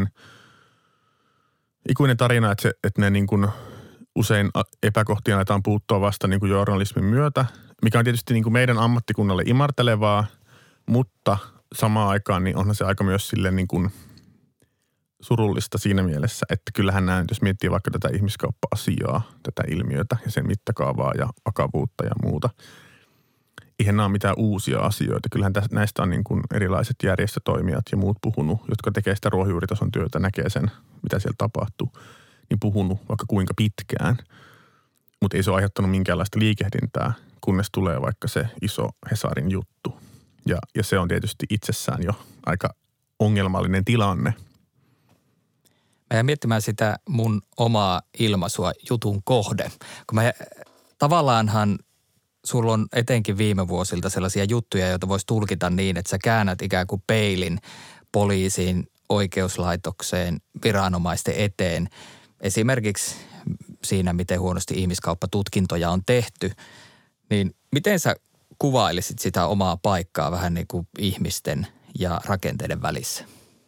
ikuinen tarina, että ne niin kuin usein epäkohtia aletaan puuttua vasta niin kuin journalismin myötä, mikä on tietysti niin kuin meidän ammattikunnalle imartelevaa, mutta samaan aikaan niin onhan se aika myös silleen niin kuin surullista siinä mielessä, että kyllähän näin, jos miettii vaikka tätä ihmiskauppa-asiaa, tätä ilmiötä ja sen mittakaavaa ja vakavuutta ja muuta, eihän nämä ole mitään uusia asioita. Kyllähän näistä on niin kuin erilaiset järjestötoimijat ja muut puhunut, jotka tekee sitä ruohonjuuritason työtä, näkee sen, mitä siellä tapahtuu. Niin puhunut vaikka kuinka pitkään, mutta ei se ole aiheuttanut minkäänlaista liikehdintää, kunnes tulee vaikka se iso Hesarin juttu. Ja se on tietysti itsessään jo aika ongelmallinen tilanne.
Mä jään miettimään sitä mun omaa ilmaisua jutun kohde. Kun tavallaanhan sulla on etenkin viime vuosilta sellaisia juttuja, joita voisi tulkita niin, että sä käännät ikään kuin peilin poliisiin, oikeuslaitokseen, viranomaisten eteen. Esimerkiksi siinä, miten huonosti ihmiskauppatutkintoja on tehty, niin miten sä kuvailisit sitä omaa paikkaa vähän niin kuin ihmisten ja rakenteiden välissä?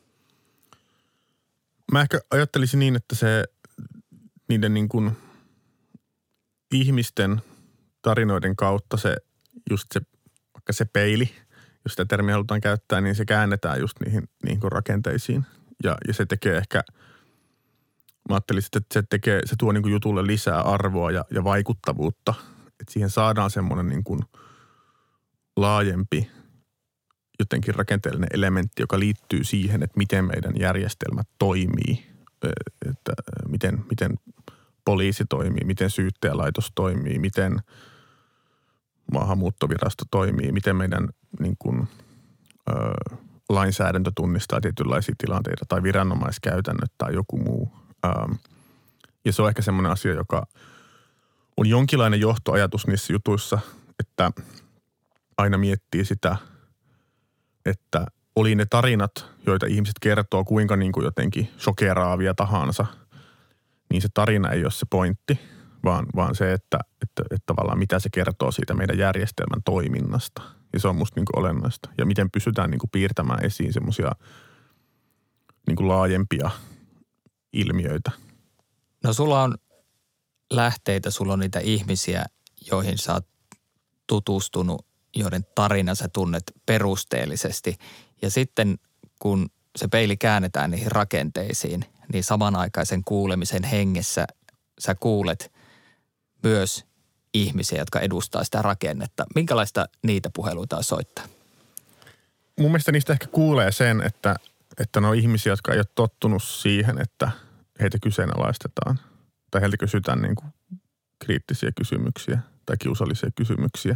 Mä ehkä ajattelisin niin, että se niiden niin kuin ihmisten tarinoiden kautta vaikka se peili, jos sitä termiä halutaan käyttää, niin se käännetään just niihin rakenteisiin ja se tekee ehkä. Mä ajattelisin, että se tuo niin kuin jutulle lisää arvoa ja vaikuttavuutta. Että siihen saadaan semmoinen niin kuin laajempi jotenkin rakenteellinen elementti, joka liittyy siihen, että miten meidän järjestelmät toimii. Että miten poliisi toimii, miten syyttäjälaitos toimii, miten maahanmuuttovirasto toimii, miten meidän niin kuin, lainsäädäntö tunnistaa tietynlaisia tilanteita tai viranomaiskäytännöt tai joku muu. Ja se on ehkä semmoinen asia, joka on jonkinlainen johtoajatus niissä jutuissa, että aina miettii sitä, että oli ne tarinat, joita ihmiset kertoo kuinka niin kuin jotenkin shokeraavia tahansa, niin se tarina ei ole se pointti, vaan se, että tavallaan mitä se kertoo siitä meidän järjestelmän toiminnasta. Ja se on musta niin kuin olennaista. Ja miten pystytään niin kuin piirtämään esiin semmoisia niin kuin laajempia ilmiöitä.
No sulla on lähteitä, sulla on niitä ihmisiä, joihin sä oot tutustunut, joiden tarina sä tunnet perusteellisesti. Ja sitten kun se peili käännetään niihin rakenteisiin, niin samanaikaisen kuulemisen hengessä sä kuulet myös ihmisiä, jotka edustaa sitä rakennetta. Minkälaista niitä puheluita on soittaa?
Mun mielestä niistä ehkä kuulee sen, että ne on ihmisiä, jotka ei ole tottunut siihen, että heitä kyseenalaistetaan. Tai heiltä kysytään niin kuin kriittisiä kysymyksiä tai kiusallisia kysymyksiä.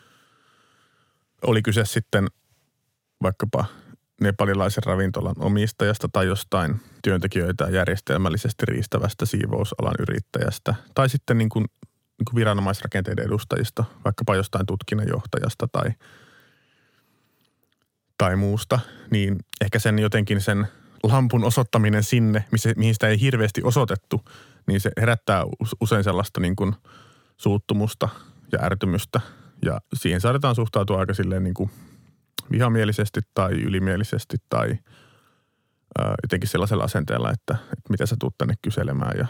Oli kyse sitten vaikkapa nepalilaisen ravintolan omistajasta tai jostain työntekijöitä järjestelmällisesti riistävästä siivousalan yrittäjästä. Tai sitten niin kuin viranomaisrakenteiden edustajista, vaikkapa jostain tutkinnanjohtajasta tai muusta. Niin ehkä sen jotenkin sen lampun osoittaminen sinne, mihin sitä ei hirveästi osoitettu, niin se herättää usein sellaista niin kuin suuttumusta ja ärtymystä. Ja siihen saadaan suhtautua aika silleen niin kuin vihamielisesti tai ylimielisesti tai jotenkin sellaisella asenteella, että mitä sä tuut tänne kyselemään ja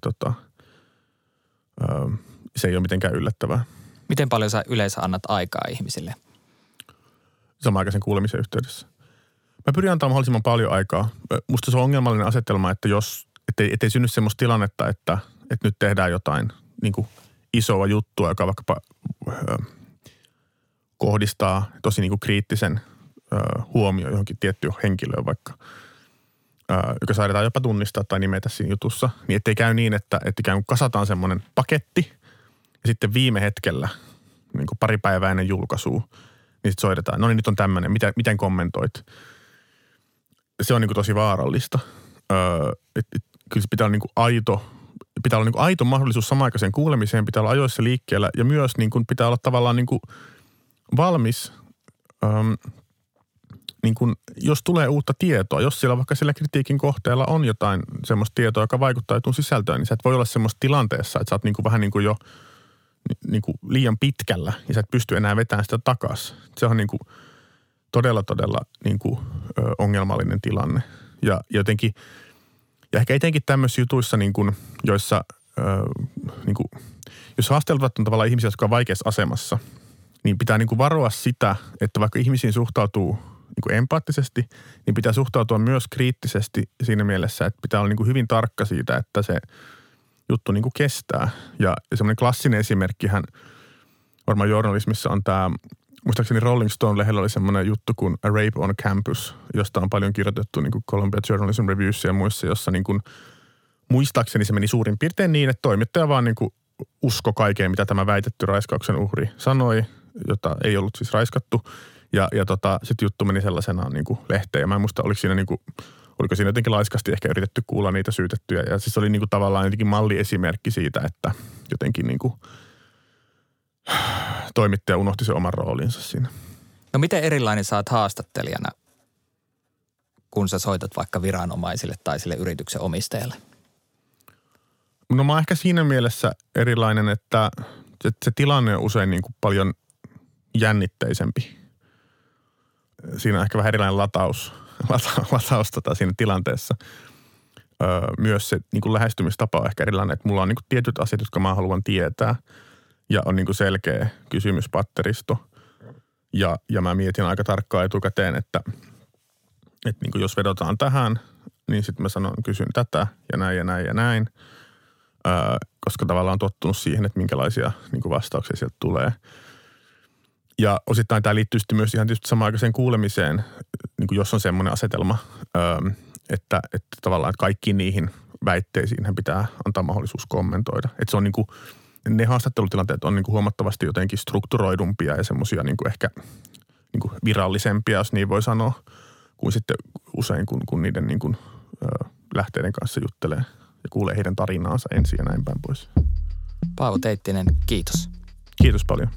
se ei ole mitenkään yllättävää.
Miten paljon sä yleensä annat aikaa ihmisille?
Samanaikaisen kuulemisen yhteydessä. Mä pyrin antaa mahdollisimman paljon aikaa. Musta se on ongelmallinen asetelma, että ettei synny semmoista tilannetta, että nyt tehdään jotain niin kuin isoa juttua, joka vaikkapa kohdistaa tosi niin kuin kriittisen huomioon johonkin tiettyyn henkilöön vaikka, joka saadaan jopa tunnistaa tai nimetä siinä jutussa. Niin ettei käy niin, että ikään kuin kasataan semmoinen paketti ja sitten viime hetkellä, niin kuin pari päivää ennen julkaisua, niin sitten soitetaan, no niin nyt on tämmöinen, miten kommentoit? Se on niin kuin tosi vaarallista. Kyllä se pitää olla niin kuin aito mahdollisuus samanaikaiseen kuulemiseen, pitää olla ajoissa liikkeellä ja myös niin kuin pitää olla tavallaan niin kuin valmis, niin kuin, jos tulee uutta tietoa, jos siellä vaikka sillä kritiikin kohteella on jotain semmoista tietoa, joka vaikuttaa jutun sisältöön, niin sä et voi olla semmoista tilanteessa, että sä oot niin kuin vähän niin kuin jo niin kuin liian pitkällä ja sä et pysty enää vetämään sitä takaisin. Se on niin kuin todella niin kuin ongelmallinen tilanne. Ja jotenkin, ja ehkä etenkin tämmöisissä jutuissa, niin kuin, joissa, niin kuin, jos haasteltavat on tavallaan ihmisiä, jotka on vaikeassa asemassa, niin pitää niin kuin varoa sitä, että vaikka ihmisiin suhtautuu niin kuin empaattisesti, niin pitää suhtautua myös kriittisesti siinä mielessä, että pitää olla niin kuin hyvin tarkka siitä, että se juttu niin kuin kestää. Ja semmoinen klassinen esimerkkihän varmaan journalismissa on tämä, muistaakseni Rolling Stone-lehdellä oli semmoinen juttu kuin A Rape on Campus, josta on paljon kirjoitettu niin kuin Columbia Journalism Reviewissa ja muissa, jossa niin kuin, muistaakseni se meni suurin piirtein niin, että toimittaja vaan niin kuin usko kaikkeen, mitä tämä väitetty raiskauksen uhri sanoi, jota ei ollut siis raiskattu. Ja sitten juttu meni sellaisenaan niin kuin lehteen. Ja mä en muista, oliko siinä jotenkin laiskasti ehkä yritetty kuulla niitä syytettyjä. Ja siis oli niin kuin tavallaan jotenkin malliesimerkki siitä, että jotenkin niin kuin toimittaja unohti sen oman roolinsa siinä.
No miten erilainen sä oot haastattelijana, kun sä soitat vaikka viranomaisille tai sille yrityksen omistajalle?
No mä oon ehkä siinä mielessä erilainen, että se tilanne on usein niin kuin paljon jännitteisempi. Siinä on ehkä vähän erilainen lataus siinä tilanteessa. Myös se niin kuin lähestymistapa on ehkä erilainen, että mulla on niin kuin tietyt asiat, jotka mä haluan tietää ja on niin kuin selkeä kysymyspatteristo. Ja mä mietin aika tarkkaan etukäteen, että niin kuin jos vedotaan tähän, niin sitten mä kysyn tätä ja näin ja näin ja näin. Koska tavallaan on tottunut siihen, että minkälaisia niin kuin vastauksia sieltä tulee. Ja osittain tämä liittyy sitten myös ihan tietysti samanaikaiseen kuulemiseen, niin kuin jos on semmoinen asetelma, että tavallaan että kaikkiin niihin väitteisiin pitää antaa mahdollisuus kommentoida. Että se on niin kuin ne haastattelutilanteet on niin kuin huomattavasti jotenkin strukturoidumpia ja semmoisia niin kuin ehkä niin kuin virallisempia, jos niin voi sanoa, kuin sitten usein kun niiden niin kuin, lähteiden kanssa juttelee ja kuulee heidän tarinaansa ensin ja näin päin pois.
Paavo Teittinen, kiitos.
Kiitos paljon.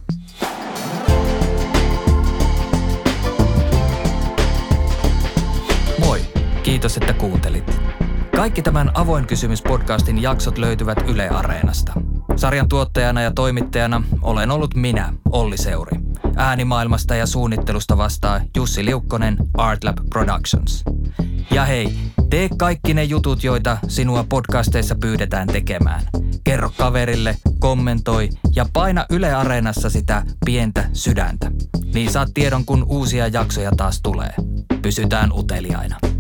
Moi, kiitos että kuuntelit. Kaikki tämän Avoin kysymys-podcastin jaksot löytyvät Yle Areenasta. Sarjan tuottajana ja toimittajana olen ollut minä, Olli Seuri. Äänimaailmasta ja suunnittelusta vastaa Jussi Liukkonen, Artlab Productions. Ja hei, tee kaikki ne jutut, joita sinua podcasteissa pyydetään tekemään. Kerro kaverille, kommentoi ja paina Yle Areenassa sitä pientä sydäntä. Niin saat tiedon, kun uusia jaksoja taas tulee. Pysytään uteliaina.